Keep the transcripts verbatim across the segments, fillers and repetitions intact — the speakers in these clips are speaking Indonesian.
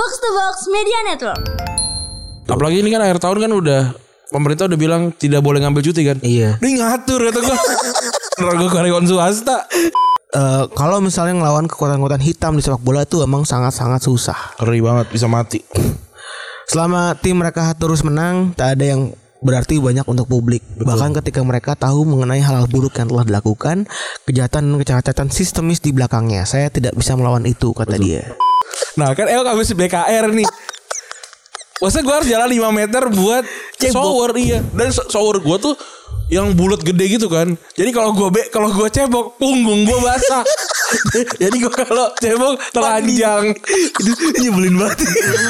Box to Box Media Network. Apalagi ini kan akhir tahun kan udah pemerintah udah bilang tidak boleh ngambil cuti kan. Iya. Ini ngatur kata gue. Gue karyawan swasta. Uh, kalau misalnya ngelawan kekuatan-kekuatan hitam di sepak bola itu emang sangat-sangat susah. Ngeri banget, bisa mati. Selama tim mereka terus menang, tak ada yang berarti banyak untuk publik. Betul. Bahkan ketika mereka tahu mengenai hal-hal buruk yang telah dilakukan, kejahatan dan kejahatan sistemis di belakangnya, saya tidak bisa melawan itu, kata Betul. dia. Nah kan El habis B K R nih. Masa gue harus jalan lima meter buat shower, iya. Dan shower gue tuh yang bulat gede gitu kan. Jadi kalau gue be, kalau gue cebok, punggung gue basah. Jadi gue kalau cebok telanjang. Itu nyebelin banget.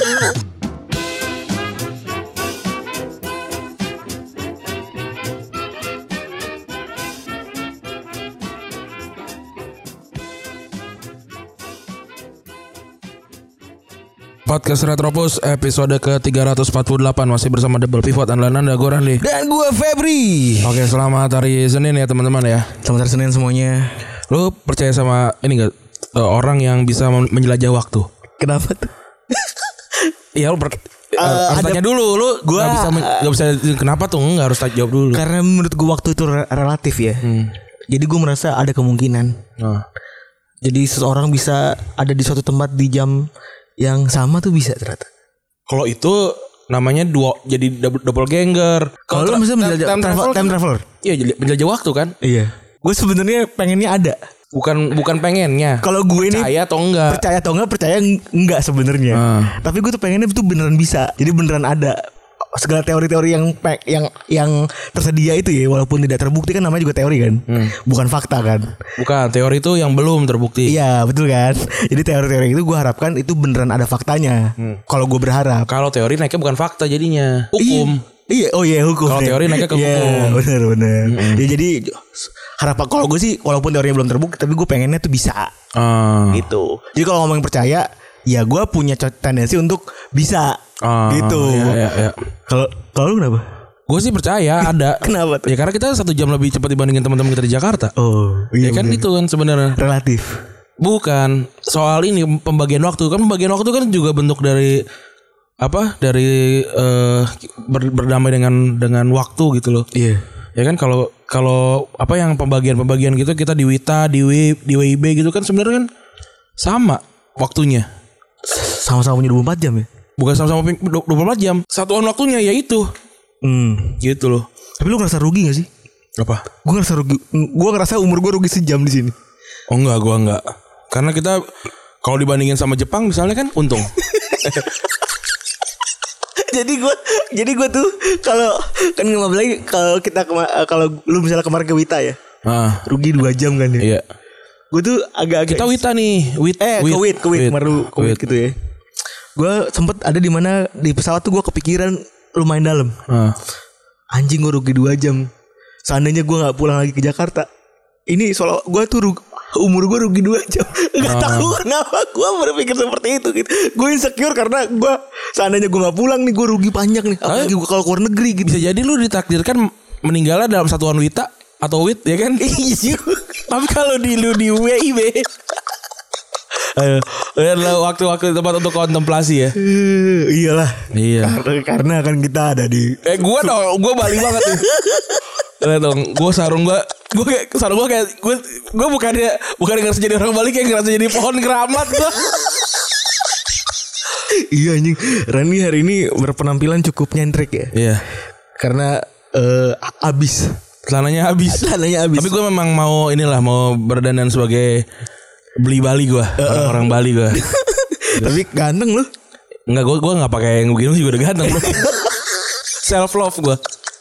Podcast Retropus episode ke tiga ratus empat puluh delapan masih bersama Double Pivot andalan Anda, gue Randy dan gue Febri. Oke, selamat hari Senin ya teman-teman ya. Selamat hari Senin semuanya. Lu percaya sama ini enggak uh, orang yang bisa menjelajah waktu? Kenapa tuh? Iya, lu ber- uh, uh, harus tanya dulu. Lu gua gak bisa gak bisa kenapa tuh? Enggak harus jawab dulu. Karena menurut gue waktu itu re- relatif ya. Hmm. Jadi gue merasa ada kemungkinan. Oh. Jadi seseorang bisa ada di suatu tempat di jam yang sama tuh bisa ternyata. Kalau itu namanya dua jadi double, double ganger. Kalau lu bisa menjelajah time, travel, time traveler. Iya, jadi menjelajah waktu kan? Iya. Gue sebenarnya pengennya ada. Bukan bukan pengennya. Kalau gue ini percaya atau enggak? Percaya atau enggak? Percaya enggak sebenarnya. Hmm. Tapi gue tuh pengennya itu beneran bisa. Jadi beneran ada. Segala teori-teori yang yang yang tersedia itu ya, walaupun tidak terbukti kan namanya juga teori kan, hmm. bukan fakta kan. Bukan, teori itu yang belum terbukti. Iya betul kan. Jadi teori-teori itu gue harapkan itu beneran ada faktanya. Hmm. Kalau gue berharap. Kalau teori naiknya bukan fakta jadinya hukum. Iya, oh iya hukum. Kalau teori naiknya ke yeah, hukum. Bener-bener. Hmm. Ya jadi harapan kalau gue sih, walaupun teorinya belum terbukti, tapi gue pengennya tuh bisa. Hmm. Gitu. Jadi kalau ngomongin percaya, ya gue punya tendensi untuk bisa. Oh, gitu. Kalau kalau lu kenapa? Gue sih percaya ada. Kenapa tuh? Ya karena kita satu jam lebih cepat dibandingin teman-teman kita di Jakarta. Oh, iya. Ya kan bener. Itu kan sebenarnya relatif. Bukan soal ini pembagian waktu kan, pembagian waktu kan juga bentuk dari apa? Dari uh, ber, berdamai dengan dengan waktu gitu loh. Iya. Ya kan kalau kalau apa yang pembagian-pembagian gitu kita di Wita, di W, di W I B gitu kan sebenarnya kan sama waktunya. Sama-sama punya dua puluh empat jam ya? Bukan sama-sama dua puluh empat jam. Satuan waktunya ya itu. Hmm. Gitu loh. Tapi lu ngerasa rugi gak sih? Apa? Gue ngerasa rugi. Gue ngerasa umur gue rugi sejam di sini. Oh enggak, gue enggak. Karena kita kalau dibandingin sama Jepang misalnya kan untung. Jadi gue, jadi gue tuh kalau kan nggak lagi kalau kita kalau lu misalnya kemarin ke Wita ya, ah. rugi dua jam kan ya. Iya. Gue tuh agak-agak. Kita Wita nih, Wit. Eh, Wit. ke Wit, ke Wit, kemarin ke Wit gitu ya. Gue sempet ada di mana di pesawat tuh gue kepikiran lumayan dalam. Uh. Anjing gue rugi dua jam. Seandainya gue nggak pulang lagi ke Jakarta, ini soal gue tuh rugi, umur gue rugi dua jam. Gak uh. tahu kenapa gue berpikir seperti itu gitu. Gue insecure karena gue seandainya gue nggak pulang nih gue rugi banyak nih. Apalagi gue kalau keluar negeri gitu. Bisa jadi lu ditakdirkan meninggalnya dalam satuan Wita atau Wit ya kan? Iya. Tapi kalau di lu di W I B Ayo, waktu-waktu tempat untuk kontemplasi ya. Uh, iyalah. Iya. Karena, karena kan kita ada di. Eh gue dong, gue Bali banget nih. Lihat dong, gue sarung gue, gue kayak sarung gue kayak gue, gue bukannya bukan ngerasa jadi orang Bali, kayak ngerasa jadi pohon keramat gue. Iya anjing, Rani hari ini berpenampilan cukup nyentrik ya. Iya. Karena uh, abis. Celananya habis. Celananya habis. Tapi gue memang mau inilah mau berdandan sebagai beli Bali gue, uh, orang-orang Bali gue. Tapi ganteng lu. Enggak, gue gue nggak pakai yang begini juga udah ganteng bro. Self love gue.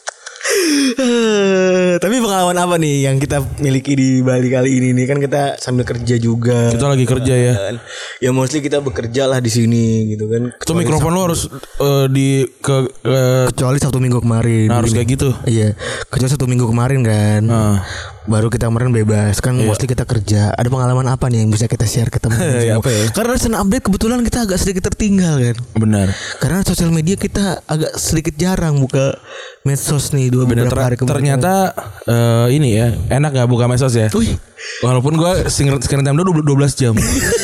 Uh, tapi pengalaman apa nih yang kita miliki di Bali kali ini nih, kan kita sambil kerja juga. Kita lagi kerja ya. Ya mostly kita bekerja lah di sini gitu kan. Itu mikrofon lo harus uh, di ke uh, kecuali Sabtu Minggu kemarin. Nah, harus kayak gitu. Iya. Kecuali Sabtu Minggu kemarin kan. Uh. Baru kita kemarin bebas kan, iya. Mostly kita kerja. Ada pengalaman apa nih yang bisa kita share ke teman-teman? Ya, apa ya? Karena recent update kebetulan kita agak sedikit tertinggal kan. Benar. Karena sosial media kita agak sedikit jarang buka medsos nih dua beberapa hari kemarin. Ternyata uh, ini ya enak gak buka medsos ya. Wih. Walaupun gue screen time dulu dua belas jam.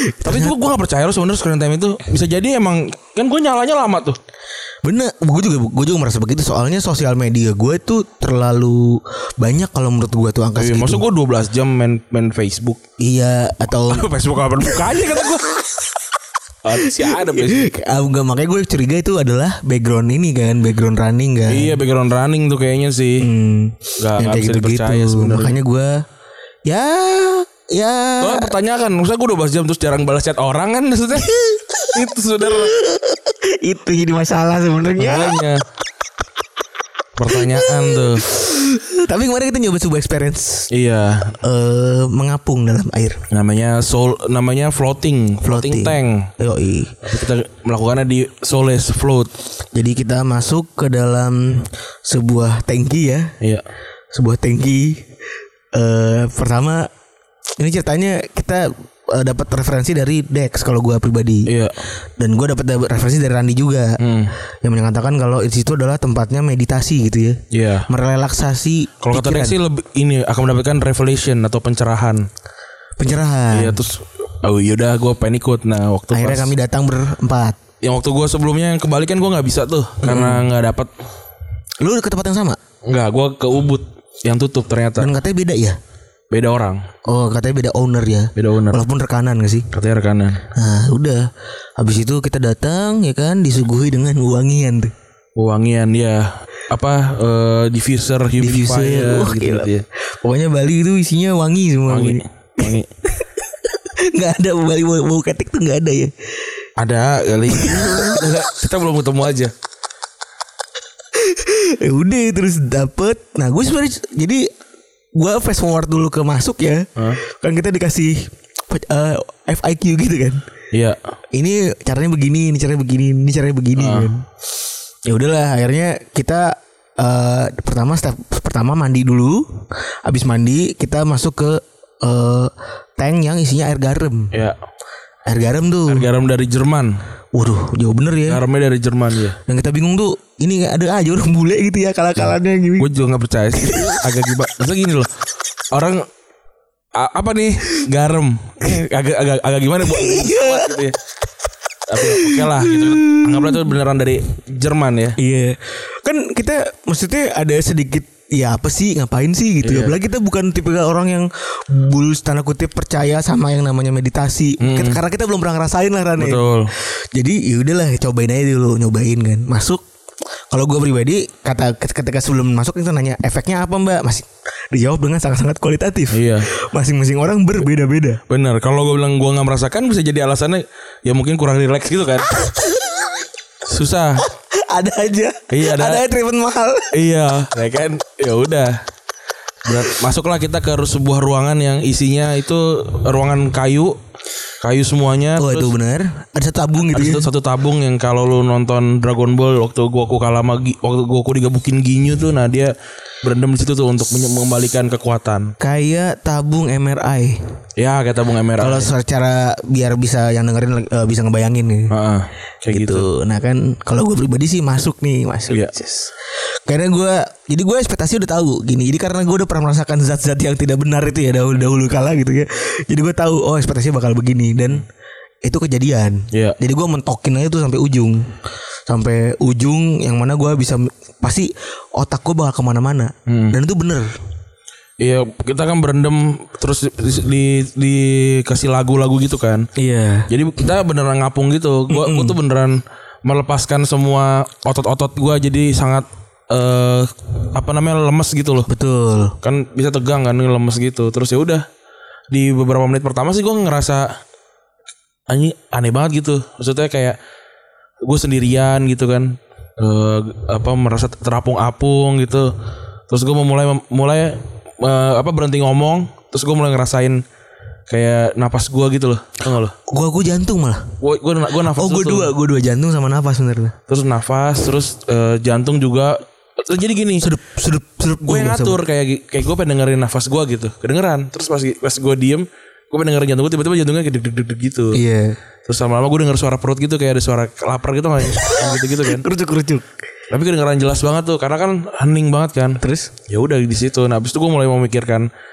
Tapi gue gue gak percaya lo sebenarnya screen time itu bisa jadi emang kan gue nyalanya lama tuh. Bener, gue juga gue juga merasa begitu. Soalnya sosial media gue tuh terlalu banyak kalau menurut gue tuh angka Iya, segitu. maksud gue dua belas jam main main Facebook. Iya atau Facebook apa bukanya kata gue. Oh, sih ada Facebook. Ah, enggak, makanya gue curiga itu adalah background ini kan, background running kan. Iya background running tuh kayaknya sih. Hmm, Gak, yang gak kayak bisa dipercaya gitu-gitu. sebenarnya. Makanya gue ya ya Soalnya pertanyaan, maksudnya gue dua belas jam terus jarang balas chat orang kan maksudnya. Itu saudara. itu jadi masalah sebenarnya. Makanya pertanyaan tuh. Tapi kemarin kita nyoba sebuah experience Iya. eh mengapung dalam air. Namanya soul, namanya floating, floating, tank. Yoi. Kita melakukannya di Soles Float. Jadi kita masuk ke dalam sebuah tangki ya. Iya. Sebuah tangki. Eh pertama ini ceritanya kita eh, dapat referensi dari Dex kalau gue pribadi. Iya. Dan gue dapat referensi dari Randy juga. Hmm. Yang menyatakan kalau di situ adalah tempatnya meditasi gitu ya. Iya. Merelaksasi Kalau kata pikiran. Dex sih lebih ini akan mendapatkan revelation atau pencerahan. Pencerahan. Iya terus oh yaudah gue pengen ikut. Nah waktu Akhirnya pas, kami datang berempat. yang waktu gue sebelumnya yang kebalik kan gue nggak bisa tuh karena nggak dapat. Lu ke tempat yang sama? Nggak, gue ke Ubud yang tutup ternyata. Dan katanya beda ya? Beda orang, Oh katanya beda owner ya. beda owner. Walaupun rekanan gak sih? Katanya rekanan. Nah udah. Habis itu kita datang ya kan, disuguhi dengan wangian tuh. Wangian ya apa eh, diffuser Diffuser. humidifier Wah, gitu, gila. gitu ya. Pokoknya Bali itu isinya wangi semua. Wangi, wangi. Gak ada Bali bau, bau ketek tuh gak ada ya. Ada kali. kita, kita belum ketemu aja. Ya udah terus dapet. Nah gue sebenarnya jadi gue fast forward dulu ke masuk ya. Hah? Kan kita dikasih uh, F I Q gitu kan. Iya. Ini caranya begini, ini caranya begini, ini caranya begini kan. Ya udahlah akhirnya kita uh, pertama step pertama mandi dulu. Habis mandi kita masuk ke uh, tank yang isinya air garam. Iya. Air garam tuh. Air garam dari Jerman. Waduh, jauh bener ya. Garamnya dari Jerman ya. Dan kita bingung tuh, ini ada aja orang bule gitu ya kalah-kalahnya gitu. Gue juga nggak percaya sih. Agak gimana? Maksudnya gini loh. Orang a- apa nih garam? agak agak agak gimana bu? Gitu ya. Tapi oke lah gitu. Anggaplah itu beneran dari Jerman ya. Iya. Kan kita maksudnya ada sedikit ya apa sih ngapain sih gitu ya. Iya. Apalagi kita bukan tipe orang yang bulus tanda kutip percaya sama yang namanya meditasi. Kita- karena kita belum pernah ngerasain lah Ran. ya. Betul. Jadi ya udahlah cobain aja dulu, nyobain kan. Masuk. Kalau gue pribadi kata ketika sebelum masuk kita nanya efeknya apa Mbak? Masih dijawab dengan sangat-sangat kualitatif. Iya. Masing-masing orang berbeda-beda. Bener. Kalau gue bilang gue nggak merasakan bisa jadi alasannya ya mungkin kurang rileks gitu kan. Susah. Ada aja. Iya, ada. Ada aja treatment mahal. Iya, ya kan. Ya udah. Berat, masuklah kita ke sebuah ruangan yang isinya itu ruangan kayu, kayu semuanya. Oh terus itu benar. Ada satu tabung gitu ada ya. satu, satu tabung yang kalau lu nonton Dragon Ball waktu Goku kalah sama Gi- waktu Goku digebukin Ginyu tuh, nah dia berendam di situ tuh untuk menye- mengembalikan kekuatan. Kayak tabung M R I. Ya kayak tabung M R I. Kalau secara biar bisa yang dengerin eh, bisa ngebayangin nih. Heeh, kayak gitu. Gitu. Nah kan kalau gue pribadi sih masuk nih masuk. Iya. Yes. Karena gue jadi gue ekspektasi udah tahu gini. Jadi karena gue udah pernah merasakan zat-zat yang tidak benar itu ya dahulu dahulu kala gitu ya. Jadi gue tahu oh ekspektasinya bakal begini dan itu kejadian. Iya. Jadi gue mentokin aja tuh sampai ujung. Sampai ujung yang mana gue bisa pasti otak gue bakal kemana-mana. Hmm. Dan itu bener. Iya, kita kan berendam terus di, di dikasih lagu-lagu gitu kan. Iya. Jadi kita beneran ngapung gitu. Gua, gua tuh beneran melepaskan semua otot-otot gua jadi sangat eh apa namanya lemes gitu loh. Betul. Kan bisa tegang kan lemes gitu. Terus ya udah di beberapa menit pertama sih gua ngerasa anjing aneh banget gitu. Maksudnya kayak gue sendirian gitu kan. Eh apa merasa terapung-apung gitu. Terus gue mau mulai mulai eh, apa berhenti ngomong. Terus gue mulai ngerasain kayak napas gue gitu loh. Tau gak lo? Gua gua jantung malah. Gue gue gue nafas Oh, dulu gue tuh. dua, gue dua jantung sama nafas bener. Terus nafas, terus eh, jantung juga. Terus jadi gini, Sedup, sedup, sedup. gue yang ngatur kayak kayak gue pengen dengerin nafas gue gitu, kedengeran. Terus pas pas gue diem, gue pengen dengerin jantung gue, tiba-tiba jantungnya kayak deg-deg gitu. Iya. Terus lama-lama gue denger suara perut gitu, kayak ada suara lapar gitu kan, gitu-gitu kan. Kerucuk-kerucuk. Tapi kedengeran jelas banget tuh, karena kan hening banget kan. Terus? Ya udah di situ. Nah, habis itu gue mulai memikirkan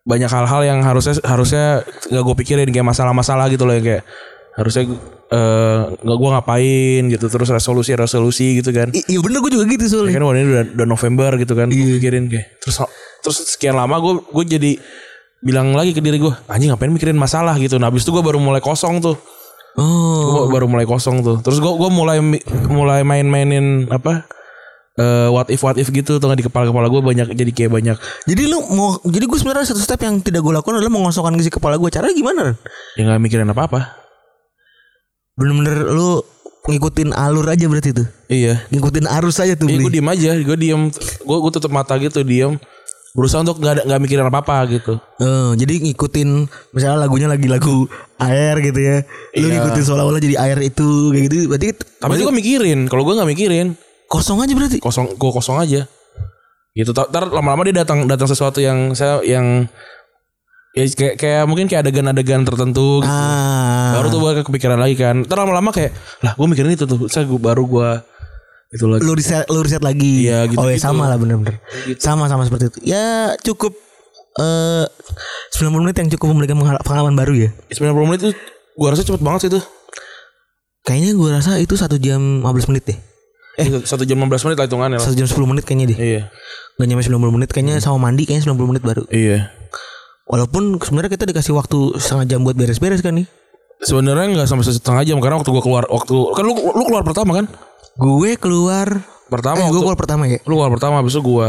banyak hal-hal yang harusnya harusnya nggak gue pikirin kayak masalah-masalah gitu loh yang kayak harusnya nggak uh, gue ngapain gitu terus resolusi resolusi gitu kan. I- iya bener gue juga gitu soalnya. Ya kan ini udah, udah November gitu kan. Iya. Gue pikirin kayak terus terus sekian lama gue gue jadi bilang lagi ke diri gue anjing ngapain mikirin masalah gitu. Nah abis itu gue baru mulai kosong tuh. Oh. Gue baru mulai kosong tuh. Terus gue gue mulai mulai main-mainin apa? Uh, what if what if gitu tuh di kepala-kepala gue banyak jadi kayak banyak. Jadi lu mau jadi gue sebenarnya satu step yang tidak gue lakukan adalah mengosongkan isi kepala gue. Caranya gimana? Ya nggak mikirin apa-apa. Bener-bener lu ngikutin alur aja berarti tuh. Iya. Ngikutin arus aja tuh. Iya gue diem aja. Gue diem. Gue gue tutup mata gitu diem. Berusaha untuk nggak nggak mikirin apa-apa gitu. Oh, jadi ngikutin misalnya lagunya lagi lagu air gitu ya. Lu Iya. ngikutin seolah-olah jadi air itu kayak gitu. Berarti Tapi itu gue mikirin. Kalau gue nggak mikirin. kosong aja berarti. Kosong. Gue kosong aja. Gitu. Ntar lama-lama dia datang datang sesuatu yang saya yang ya kayak kayak mungkin kayak adegan-adegan tertentu gitu. Ah. Baru tuh gue kepikiran lagi kan. Ntar lama-lama kayak lah gue mikirin itu tuh. Saya baru gue itu lagi. Lu riset lu riset lagi. Iya, gitu, oh ya gitu. sama lah bener-bener. Gitu. Sama-sama seperti itu. Ya cukup eh sembilan puluh menit yang cukup memberikan pengalaman baru ya. sembilan puluh menit itu gue rasa cepet banget sih itu. Kayaknya gue rasa itu satu jam lima belas menit deh. Eh satu jam lima belas menit lah hitungannya lah. satu jam sepuluh menit kayaknya deh. Iya. Gak nyampe sembilan puluh menit kayaknya sama mandi kayaknya sembilan puluh menit baru. Iya. Walaupun sebenarnya kita dikasih waktu setengah jam buat beres-beres kan nih. Sebenarnya nggak sampai setengah jam karena waktu gue keluar waktu kan lu lu keluar pertama kan? Gue keluar Pertama eh, gue waktu keluar pertama ya. lu keluar pertama habis itu gue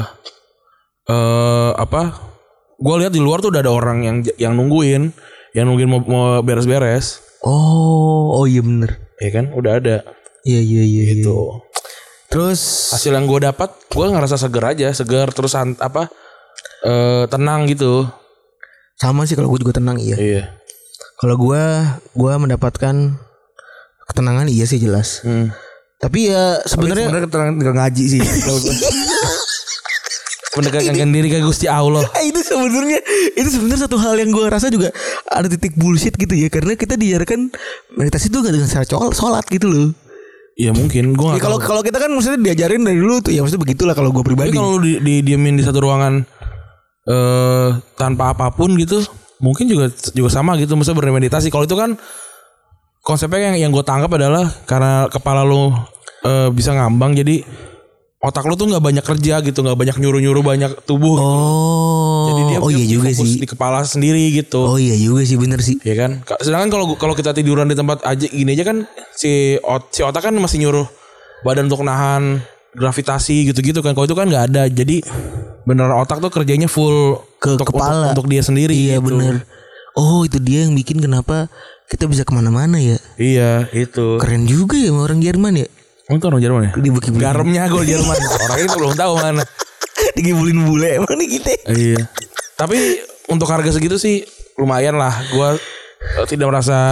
eh apa? Gue lihat di luar tuh udah ada orang yang yang nungguin, yang nungguin mau, mau beres-beres. Oh, oh iya bener. Ya kan? Udah ada. Iya iya iya. Gitu. Iya. Terus Hasil yang gue dapat, gue ngerasa seger aja, seger terus an- apa? Eh tenang gitu. sama sih kalau gue juga tenang iya. Iya. Kalau gue gue mendapatkan ketenangan iya sih jelas. Hmm. Tapi ya sebenarnya Sebenarnya ketenangan tinggal ngaji sih. Mendekatkan diri ke Gusti Allah. Eh, itu sebenarnya itu sebenarnya satu hal yang gue rasa juga ada titik bullshit gitu ya, karena kita diajarkan meditasi itu gak dengan cara sholat gitu loh. Ya mungkin gue Ya, kalau kalau kita kan maksudnya diajarin dari dulu tuh ya maksudnya begitulah kalau gue Tapi pribadi. kalau lu di, di diemin di satu ruangan eh tanpa apapun gitu, mungkin juga juga sama gitu, maksudnya bermeditasi. Kalau itu kan konsepnya yang yang gue tangkap adalah karena kepala lu eh, bisa ngambang, jadi otak lu tuh nggak banyak kerja gitu, nggak banyak nyuruh-nyuruh banyak tubuh. Oh, Jadi dia oh iya juga fokus sih. di kepala sendiri gitu. Oh iya juga sih bener sih. Ya kan. Sedangkan kalau kalau kita tiduran di tempat aja gini aja kan si ot, si otak kan masih nyuruh badan untuk nahan gravitasi gitu-gitu kan. Kalau itu kan nggak ada. Jadi beneran otak tuh kerjanya full Ke untuk, kepala. untuk, untuk dia sendiri. Iya gitu. bener. Oh itu dia yang bikin kenapa kita bisa kemana-mana ya. Iya itu. Keren juga ya sama orang Jerman ya. Oh, itu orang Jerman ya? Di Bukit Garamnya gue Jerman. Orang itu belum tahu mana. digibulin bule emang nih kita. Iya. Tapi untuk harga segitu sih lumayan lah. Gue uh, tidak merasa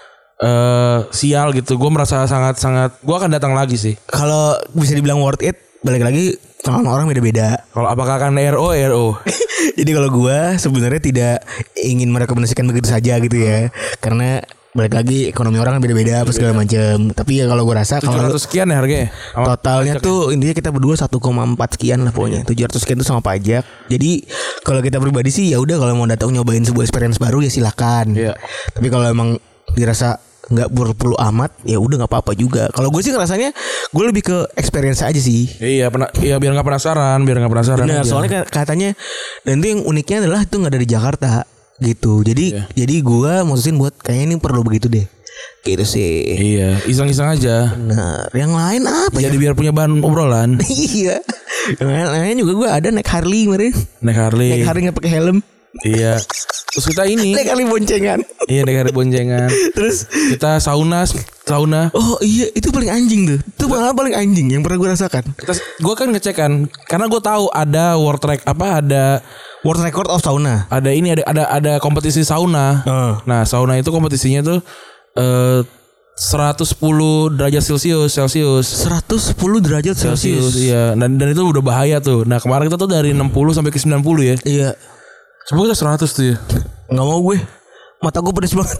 uh, sial gitu. Gue merasa sangat-sangat. Gue akan datang lagi sih. Kalau bisa dibilang worth it, balik lagi orang-orang beda-beda. Kalau apakah akan R O R O? Jadi kalau gue sebenarnya tidak ingin merekomendasikan begitu saja gitu ya, karena balik lagi ekonomi orang kan beda-beda apa segala macam. Tapi ya kalau gue rasa tujuh kalau ratus sekian ya harganya. Sama totalnya pajak tuh intinya kita berdua satu koma empat sekian lah pokoknya. tujuh ratus sekian tuh sama pajak. Jadi kalau kita pribadi sih ya udah, kalau mau datang nyobain sebuah experience baru ya silakan. Iya. Tapi kalau emang dirasa nggak perlu amat ya udah nggak apa-apa juga. Kalau gue sih rasanya gue lebih ke experience aja sih. Iya, pernah. Iya, biar nggak penasaran, biar nggak penasaran. Benar, aja. soalnya katanya dan itu yang uniknya adalah itu nggak ada di Jakarta gitu. Jadi Iya. jadi gue mutusin buat kayaknya ini perlu begitu deh. Gitu sih. Iya, iseng-iseng aja. Benar. Yang lain apa ya? Jadi biar punya bahan obrolan. Iya. Yang lain juga gue ada naik Harley kemarin. Naik Harley. Naik Harley nggak pakai helm. Iya. Terus kita ini. Naik Harley boncengan. Iya, naik Harley boncengan. Terus Kita sauna, sauna. oh iya itu paling anjing tuh. Itu malah paling anjing yang pernah gue rasakan. Kita, gue kan ngecek kan, karena gue tahu ada world track apa, ada World Record of Sauna. ada ini ada ada ada kompetisi sauna. Oh. Nah, sauna itu kompetisinya tuh eh seratus sepuluh derajat Celcius, Celcius. seratus sepuluh derajat Celcius, Celcius. iya. Dan dan itu udah bahaya tuh. Nah, kemarin kita tuh dari enam puluh sampai ke sembilan puluh ya. Iya. Semoga kita seratus tuh ya. Nggak mau gue. Mata gue pedes banget.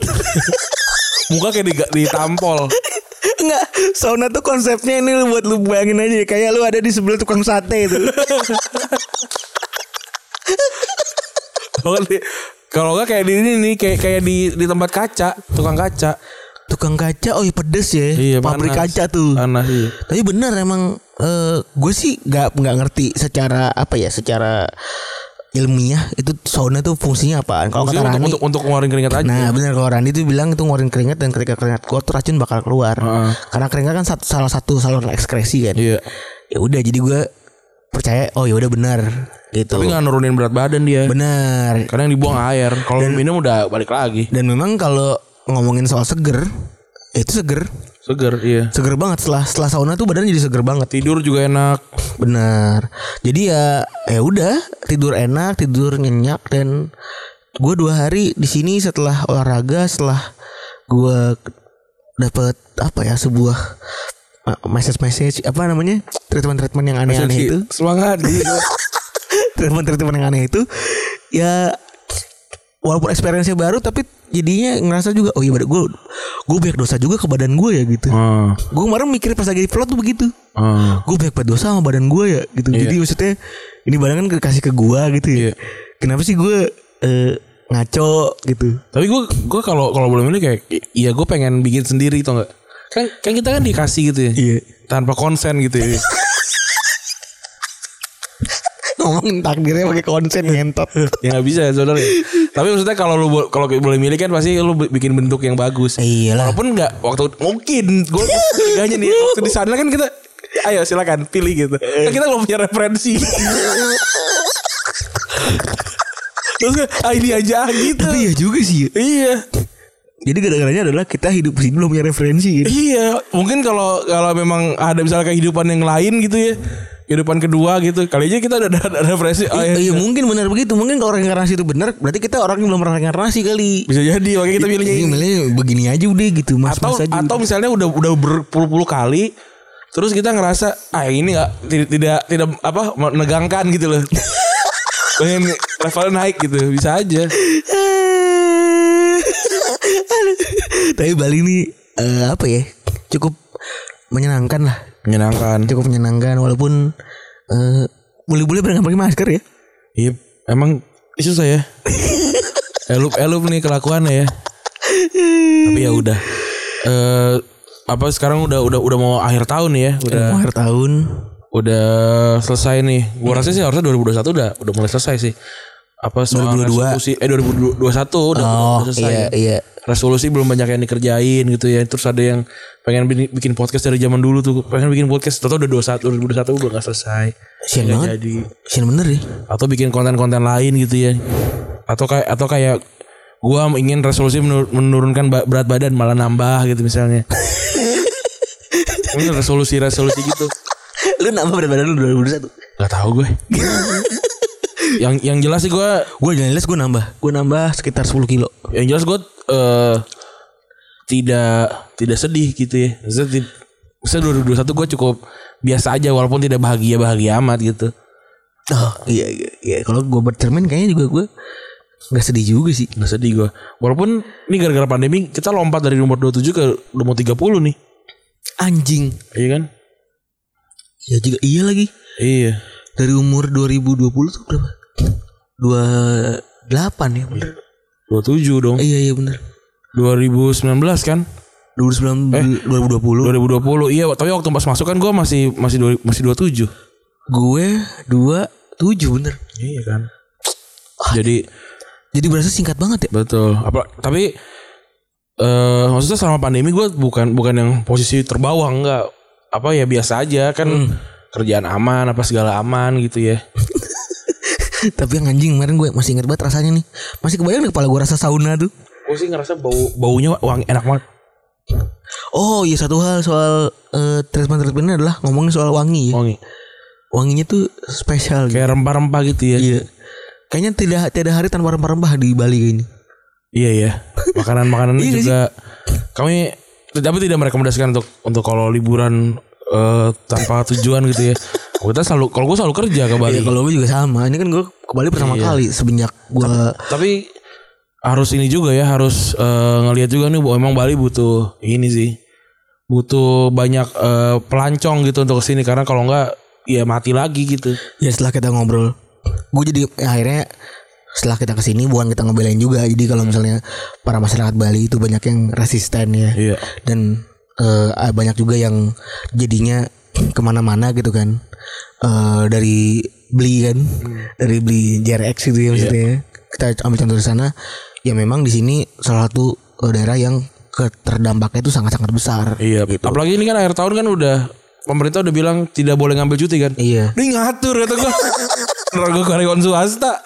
Muka kayak di, ditampol. Enggak, sauna tuh konsepnya ini lu buat lu bayangin aja kayak lu ada di sebelah tukang sate itu. Kalau di kalau enggak kayak di ini nih kayak kayak di di tempat kaca, tukang kaca. Tukang kaca, oh iya pedes ya. Iya, pabrik panas. kaca tuh. Panas iya. Tapi bener emang uh, gue sih nggak nggak ngerti secara apa ya, secara ilmiah itu sauna tuh fungsinya apaan? Kalau kata Fungsinya Rani, untuk, untuk untuk ngeluarin keringat aja. nah bener kalau Rani tuh bilang itu ngeluarin keringat dan ketika keringat keluar tuh racun bakal keluar. Heeh. Karena keringat kan satu, salah satu saluran ekskresi kan. Iya. Ya udah jadi gue percaya oh ya udah benar gitu. Tapi nggak nurunin berat badan dia. Benar. Karena yang dibuang air. Kalau minum udah balik lagi. Dan memang kalau ngomongin soal seger, ya itu seger, Seger, iya. seger banget setelah setelah sauna tuh badan jadi seger banget. Tidur juga enak. Benar. Jadi ya ya udah tidur enak, tidur nyenyak dan gue dua hari di sini setelah olahraga, setelah gue dapet apa ya sebuah message message apa namanya treatment treatment yang aneh-aneh itu. Semangat gitu. treatment treatment yang aneh itu ya walaupun experience-nya baru tapi jadinya ngerasa juga oh iya gue gue banyak dosa juga ke badan gue ya gitu. Hmm. Gue kemarin mikir pas lagi di vlog tuh begitu. Hmm. Gue banyak dosa sama badan gue ya gitu. Iya. Jadi maksudnya ini badan kan dikasih ke gue gitu ya. Iya. Kenapa sih gue eh, ngaco gitu? Tapi gue gue kalau kalau boleh milih kayak iya gue pengen bikin sendiri tau nggak? Kan kan kita kan dikasih gitu ya. Iya. Tanpa konsen gitu ya. Ngomongin takdirnya pakai konsen ngentot. Ya nggak bisa ya saudara. Tapi maksudnya kalau lu bo- kalau boleh milih kan pasti lu bikin bentuk yang bagus. Eh, iyalah. Walaupun nggak waktu mungkin gue tiganya nih waktu di sana kan kita ayo silakan pilih gitu. Kan kita belum punya referensi. Terus kan ah ini aja gitu. Tapi ya juga sih. Iya. Jadi gara-garanya adalah kita hidup di sini belum punya referensi gitu. Iya, mungkin kalau kalau memang ada misalnya kehidupan yang lain gitu ya. Kehidupan kedua gitu. Kali aja kita ada ada referensi. Oh, Iya mungkin benar begitu. Mungkin kalau reinkarnasi itu benar, berarti kita orang yang belum pernah reinkarnasi kali. bisa jadi makanya kita pilihnya Iya, ini. milihnya begini aja udah gitu, mas Atau mas aja. atau misalnya udah udah berpuluh-puluh kali terus kita ngerasa ah ini nggak tidak tidak tidak apa menegangkan gitu loh. Pengen levelnya naik gitu, bisa aja. Tapi Bali ini eh, apa ya? Cukup menyenangkan lah. Menyenangkan. Cukup menyenangkan walaupun eh, boleh-boleh pernah pakai masker ya. Iya, emang susah ya. elup elup nih kelakuannya ya. Tapi ya udah. Eh apa sekarang udah udah udah mau akhir tahun nih ya, udah Mau akhir tahun. udah selesai nih. Gua rasa sih harusnya dua ribu dua puluh satu udah udah mulai selesai sih. Apa soal dua ribu dua puluh dua resolusi eh dua ribu dua puluh satu udah, Oh udah selesai. iya ya. iya. Resolusi belum banyak yang dikerjain gitu ya. Terus ada yang pengen bikin, bikin podcast dari zaman dulu tuh, pengen bikin podcast atau udah dua ribu dua puluh satu udah enggak selesai. Sian Nggak banget. jadi. Sian bener ya. Atau bikin konten-konten lain gitu ya. Atau kayak atau kayak gua ingin resolusi menur- menurunkan ba- berat badan malah nambah gitu misalnya. Ini resolusi-resolusi gitu. Lu nambah berat badan lu dua ribu dua puluh satu? Gak tahu gue. yang yang jelas sih gue Gue jelas gue nambah. Gue nambah sekitar sepuluh kilo. yang jelas gue uh, tidak tidak sedih gitu ya. Maksudnya, ti- maksudnya dua ribu dua puluh satu gue cukup biasa aja walaupun tidak bahagia bahagia amat gitu. Oh iya iya. iya. Kalau gue bercermin kayaknya juga gue nggak sedih juga sih. Nggak sedih gue. Walaupun ini gara-gara pandemi kita lompat dari nomor dua puluh tujuh ke nomor tiga puluh nih. Anjing. Iya kan? Ya juga iya lagi. Iya. Dari umur dua ribu dua puluh tuh berapa? dua puluh delapan ya bener. dua puluh tujuh dong. Iya iya bener. dua ribu sembilan belas kan? dua ribu sembilan belas Eh, dua ribu dua puluh. dua ribu dua puluh. Iya, tapi waktu pas masuk kan gue masih masih dua, masih dua puluh tujuh. Gue dua puluh tujuh bener. Iya kan. Jadi Jadi berasa singkat banget ya. betul. Apa tapi eh maksudnya selama pandemi gue bukan bukan yang posisi terbawah enggak. Apa ya biasa aja kan Hmm. kerjaan aman apa segala aman gitu ya. Tapi yang anjing kemarin gue masih ingat banget rasanya nih. Masih kebayang di kepala gue rasa sauna tuh. Gue sih ngerasa bau baunya wangi enak banget. Oh iya satu hal soal uh, treatment-treatmentnya adalah ngomongin soal wangi ya. Wangi. Wanginya tuh spesial gitu. Kayak rempah-rempah gitu ya. Iya. Kayaknya tidak tidak hari tanpa rempah-rempah di Bali kayak ini. Iya ya. Makanan-makanan Iya juga kami tapi tidak merekomendasikan untuk untuk kalau liburan eh, tanpa tujuan gitu ya. Kita selalu kalau gue selalu kerja ke Bali. Iya kalau gue juga sama. Ini kan gue ke Bali pertama Iya. kali semenjak gue. Tapi harus ini juga ya, harus eh, ngelihat juga nih bahwa emang Bali butuh ini sih. Butuh banyak eh, pelancong gitu untuk kesini karena kalau enggak ya mati lagi gitu. Ya setelah kita ngobrol, gue jadi ya, akhirnya setelah kita kesini bukan kita ngebelain juga. Jadi kalau misalnya para masyarakat Bali itu banyak yang resisten ya. Iya. Dan uh, banyak juga yang jadinya kemana-mana gitu kan. Uh, dari beli kan, hmm. dari beli J R X gitu ya maksudnya. Iya. Kita ambil contoh di sana. Ya memang di sini salah satu uh, daerah yang terdampaknya itu sangat-sangat besar. Iya. Gitu. Apalagi ini kan akhir tahun kan udah pemerintah udah bilang tidak boleh ngambil cuti kan. Iya. Ini ngatur kata gue. Gue karyawan swasta.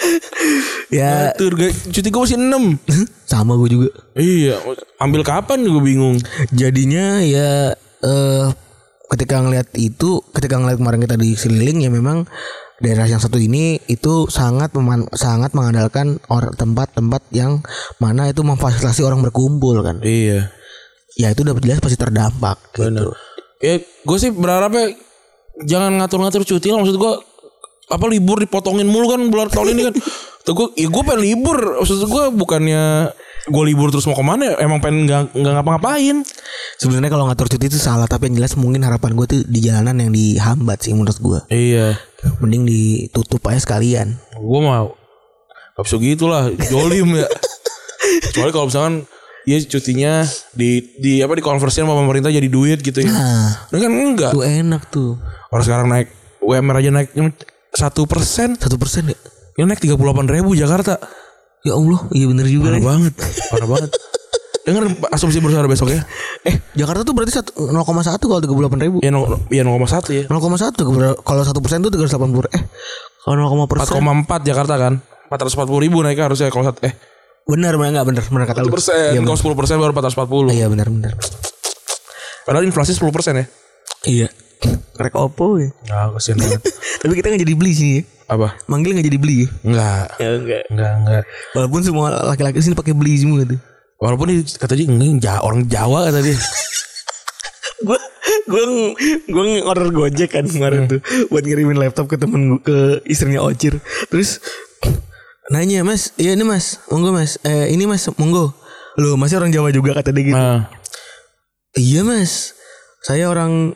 Ya. Ngatur cuti gue masih enam. Sama gue juga. Iya. Ambil kapan gue bingung. Jadinya ya uh, ketika ngelihat itu, ketika ngelihat kemarin kita di Seliling ya memang daerah yang satu ini itu sangat meman- sangat mengandalkan or- tempat-tempat yang mana itu memfasilitasi orang berkumpul kan. Iya. Ya itu udah jelas pasti terdampak. Bener. Gitu. Ya gue sih berharapnya jangan ngatur-ngatur cuti lah. Maksud gue apa libur dipotongin mulu kan bulan tahun ini kan. Tuh gue, ya gue pengen libur. Maksud gue bukannya gue libur terus mau kemana. Emang pengen nggak nggak ngapa-ngapain. Sebenarnya kalau ngatur cuti itu salah, tapi yang jelas mungkin harapan gue tuh di jalanan yang dihambat sih menurut gue. Iya. Mending ditutup aja sekalian. Gue mau gak bisa gitu lah, jolim ya. Kecuali kalau misalkan ya cutinya di di apa dikonversiin sama pemerintah jadi duit gitu ya. Nah, ini kan enggak. Tuh enak tuh. Orang sekarang naik U M R aja naik satu persen, satu persen ya. Ini naik tiga puluh delapan ribu Jakarta. Ya Allah, iya bener juga. Parah banget, parah banget. Dengar asumsi bersara besok ya. Eh Jakarta tuh berarti nol koma satu kalau tiga puluh delapan ribu. Ya nol koma satu ya. nol koma satu kalau satu persen tuh tiga ratus delapan puluh. Eh kalau nol koma persen. empat koma empat Jakarta kan. empat ratus empat puluh ribu naiknya harusnya kalau satu eh. Benar benar enggak benar benar kata lu. satu persen. Ya, kalau sepuluh persen baru empat ratus empat puluh. Iya benar benar. Padahal inflasi sepuluh persen ya. Iya. Rek opo ya. Nah, kasihan banget. Tapi kita gak jadi beli sini ya. Apa? Manggil gak jadi beli ya? Enggak. Ya enggak. Enggak, enggak. Walaupun semua laki-laki sini pakai beli semua tuh. Walaupun dia kata dia enggak orang Jawa kata dia. Gue gue gue order Gojek kan kemarin hmm. tuh buat ngirimin laptop ke temen gue, ke istrinya Ocir. Terus nanya, "Mas, iya ini Mas, monggo Mas. Eh ini Mas, monggo." Loh, masih orang Jawa juga kata dia gitu. Nah. Iya Mas. Saya orang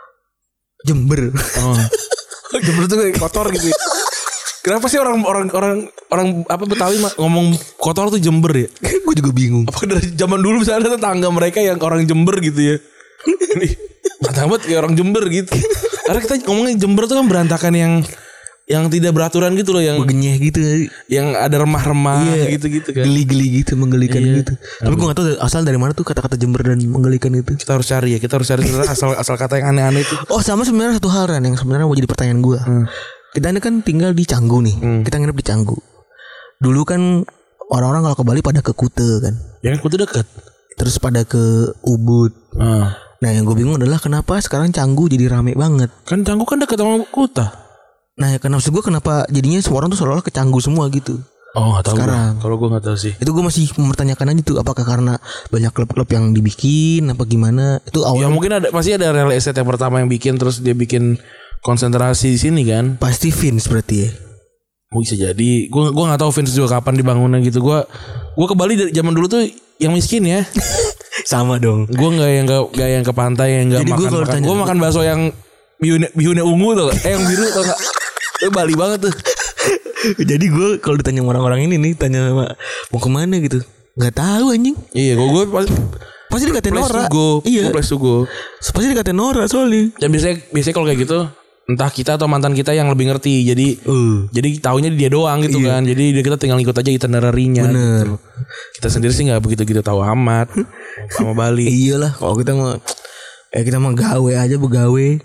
Jember. Oh. Jember tuh kayak kotor gitu. Kenapa sih orang orang orang orang apa Betawi ngomong kotor tuh Jember ya? Gue juga bingung. Apa dari zaman dulu bisa ada tetangga mereka yang orang Jember gitu ya? Nih, banget kayak orang Jember gitu. Karena kita ngomongin Jember tuh kan berantakan yang yang tidak beraturan gitu loh, yang begenyeh gitu, yang ada remah-remah iya, gitu-gitu kan. Geli-geli gitu, menggelikan iya. gitu. Tapi gue gak tahu asal dari mana tuh kata-kata Jember dan menggelikan itu. Kita harus cari ya, kita harus cari asal asal kata yang aneh-aneh itu. Oh, sama sebenarnya satu hal Ran, yang sebenarnya mau jadi pertanyaan gue. Hmm. Kita ini kan tinggal di Canggu nih. Hmm. Kita nginep di Canggu. Dulu kan orang-orang kalau ke Bali pada ke Kute kan. Ya kan Kute dekat. Terus pada ke Ubud. Hmm. Nah, yang gue bingung adalah kenapa sekarang Canggu jadi rame banget. Kan Canggu kan dekat sama Kuta. Nah, ya, kenapa maksud gue kenapa jadinya semua orang tuh seolah-olah ke Canggu semua gitu. Oh, gak tahu sekarang. Kalau gue gak tahu sih. Itu gue masih mempertanyakan aja tuh, apakah karena banyak klub-klub yang dibikin apa gimana? Itu awal. Ya mungkin ada, pasti ada real estate yang pertama yang bikin, terus dia bikin konsentrasi di sini kan. Pasti Vince berarti ya. Bisa jadi. Gue gue nggak tahu Vince juga kapan dibangunnya gitu. Gue gue ke Bali dari zaman dulu tuh yang miskin ya. Sama dong. Gue nggak yang nggak nggak yang ke pantai, yang nggak makan makan. Gue makan bakso yang bihunnya bihunnya ungu tuh, eh yang biru tuh nggak. Itu Bali banget tuh. Jadi gue kalau ditanya orang-orang ini nih, tanya sama mau kemana gitu, nggak tahu anjing. Iya, gue gue pasti pasti dikatain Nora. Iya, place to go. Pasti dikatain Nora soalnya. Dan biasanya biasanya kalau kayak gitu, entah kita atau mantan kita yang lebih ngerti. Jadi uh. jadi taunya dia doang gitu iya. kan. Jadi dia kita tinggal ikut aja itinerary-nya. Bener. Gitu. Kita sendiri sih nggak begitu gitu tahu amat sama Bali. Iyalah, kalau kita mau, eh kita mau gawe aja begawe.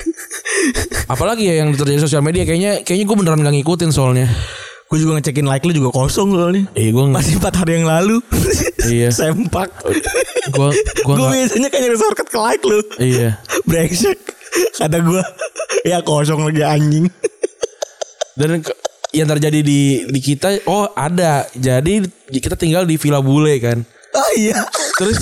Apalagi ya yang terjadi di sosial media, kayaknya kayaknya gue beneran gak ngikutin soalnya. Gue juga ngecekin like lu juga kosong soalnya. Iya, gue masih empat hari yang lalu. Iya. Sempak. Gue gue biasanya kayak nyari shortcut ke like lu. Iya. Brengsek. Kata gue, ya kosong lagi anjing. Dan yang terjadi di di kita, oh ada. Jadi kita tinggal di Villa Bule kan. Oh iya. Terus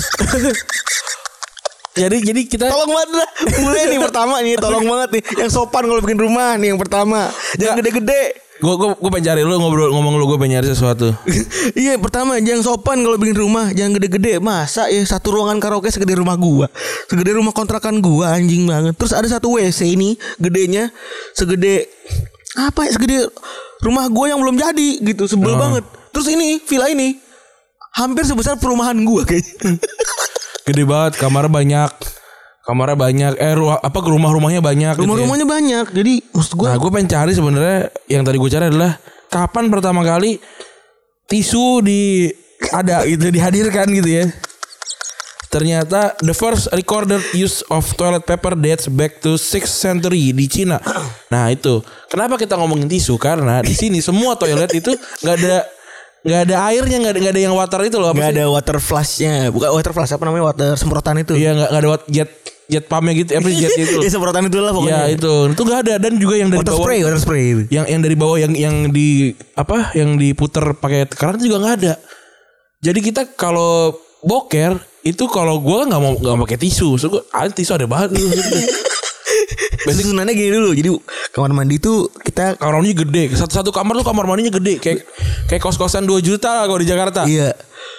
Jadi jadi kita tolong banget lah. Mulai nih pertama nih, tolong banget nih. Yang sopan kalau bikin rumah nih yang pertama. Jangan gede-gede. Gue gue gue pengen cari lu ngobrol ngomong lu, gue pengen nyari sesuatu. Iya, pertama jangan sopan kalau bikin rumah, jangan gede-gede. Masa ya satu ruangan karaoke segede rumah gua, segede rumah kontrakan gua, anjing banget. Terus ada satu W C ini gedenya segede apa ya, segede rumah gue yang belum jadi gitu, sebel Oh. banget. Terus ini villa ini hampir sebesar perumahan gue kayaknya. Gede banget, kamarnya banyak. Kamarnya banyak, eh ru- apa rumah-rumahnya banyak. Rumah-rumahnya gitu ya. banyak. Jadi maksud gue, Nah, gue pengen cari sebenarnya yang tadi gue cari adalah kapan pertama kali tisu di ada gitu dihadirkan gitu ya. Ternyata the first recorded use of toilet paper dates back to sixth century di Cina. Nah, itu. Kenapa kita ngomongin tisu? Karena di sini semua toilet itu nggak ada nggak ada airnya, nggak ada nggak ada yang water itu loh. Apa nggak sih? ada water flushnya, bukan water flush, apa namanya, water semprotan itu. Iya, nggak nggak ada wat- jet jet pumpnya gitu, apa jet itu. Ya semprotan itu lah Iya, pokoknya. itu. Itu nggak ada, dan juga yang dari Water bawah. spray, water spray. Yang yang dari bawah yang yang di apa? Yang diputer pakai tekanan juga nggak ada. Jadi kita kalau boker itu kalau gue nggak mau nggak pakai tisu, so gue ah, tisu ada banget. Susunannya gini dulu. Jadi kamar mandi itu kita, Kamar mandinya gede, satu satu kamar tuh kamar mandinya gede, kayak kayak kos kosan dua juta lah kalau di Jakarta. iya.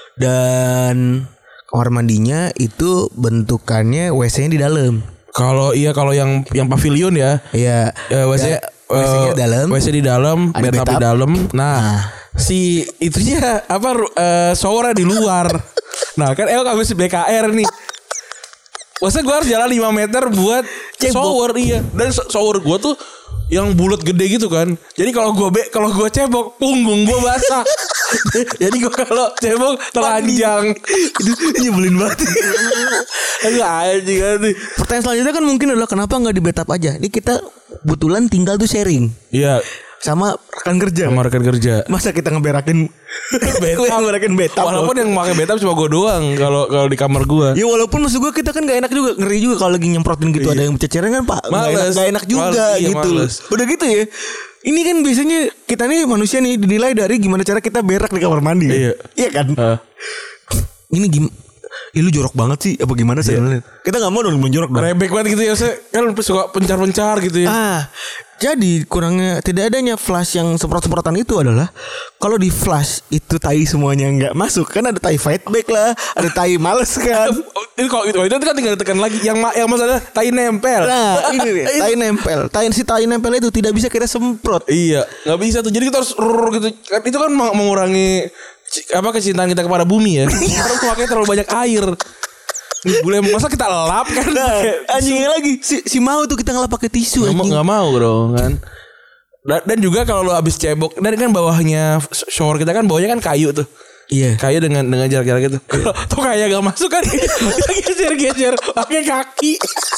Dan kamar mandinya itu bentukannya W C-nya di dalam. Kalau iya kalau yang yang pavilion ya, Iya. ya W C Da- W C-nya eh, dalam. W C di dalam, Ada bathtub di bathtub. dalam. Nah, si itunya apa ru- eh, showernya di luar. Nah, kan El habis B K R nih. Maksudnya gue harus jalan lima meter buat Cebok. shower, iya. Dan sh- shower gue tuh yang bulat gede gitu kan. Jadi kalau gue be kalau gue cebok punggung gue basah. Jadi gue kalau cebok telanjang. Itu nyebelin banget. Aduh anjing nih. Pertanyaan selanjutnya kan mungkin adalah kenapa nggak di bathtub aja? Ini kita kebetulan tinggal tuh sharing Iya, sama rekan kerja. sama rekan kerja. Masa kita ngeberakin ngeberakin bathtub? Walaupun yang pakai bathtub cuma gue doang kalau kalau di kamar gue. Ya walaupun maksud gue kita kan gak enak juga, ngeri juga kalau lagi nyemprotin gitu, ada yang berceceran kan Pak, gak enak, Males. gak enak juga Males, iya, gitu. males. Udah gitu ya. Ini kan biasanya kita nih manusia nih dinilai dari gimana cara kita berak di kamar mandi. Iya. Iya kan? Heeh. Ini gim Ih, lu jorok banget sih apa gimana sih? Kita gak mau dong menjorok dong. Rebek banget gitu ya, saya kan suka pencar-pencar gitu ya. Ah, jadi kurangnya tidak adanya flash yang semprot-semprotan itu adalah kalau di flash itu tai semuanya nggak masuk, kan ada tai fight back lah, ada tai males kan. Oh, ini kalau itu itu kan tinggal ditekan lagi. Yang ma- yang masalah tai nempel. Nah, ini nih, tai nempel. Tai si tai nempel itu tidak bisa kita semprot. Iya, nggak bisa tuh. Jadi kita harus rrrr gitu. Kan itu kan meng- mengurangi ci- apa kecintaan kita kepada bumi ya. Harus pakai terlalu banyak air. Boleh masa kita lap kan? Nah, Kayak anjingnya lagi si, si mau tuh kita ngelap pakai tisu Nggak mau, anjing. nggak mau bro kan. Dan, dan juga kalau lo habis cebok, dan kan bawahnya shower kita kan bawahnya kan kayu tuh. Iya. Kayu dengan dengan jarak-jarak gitu. Tuh kayak gak masuk kan? Kita geser-geser pakai kaki.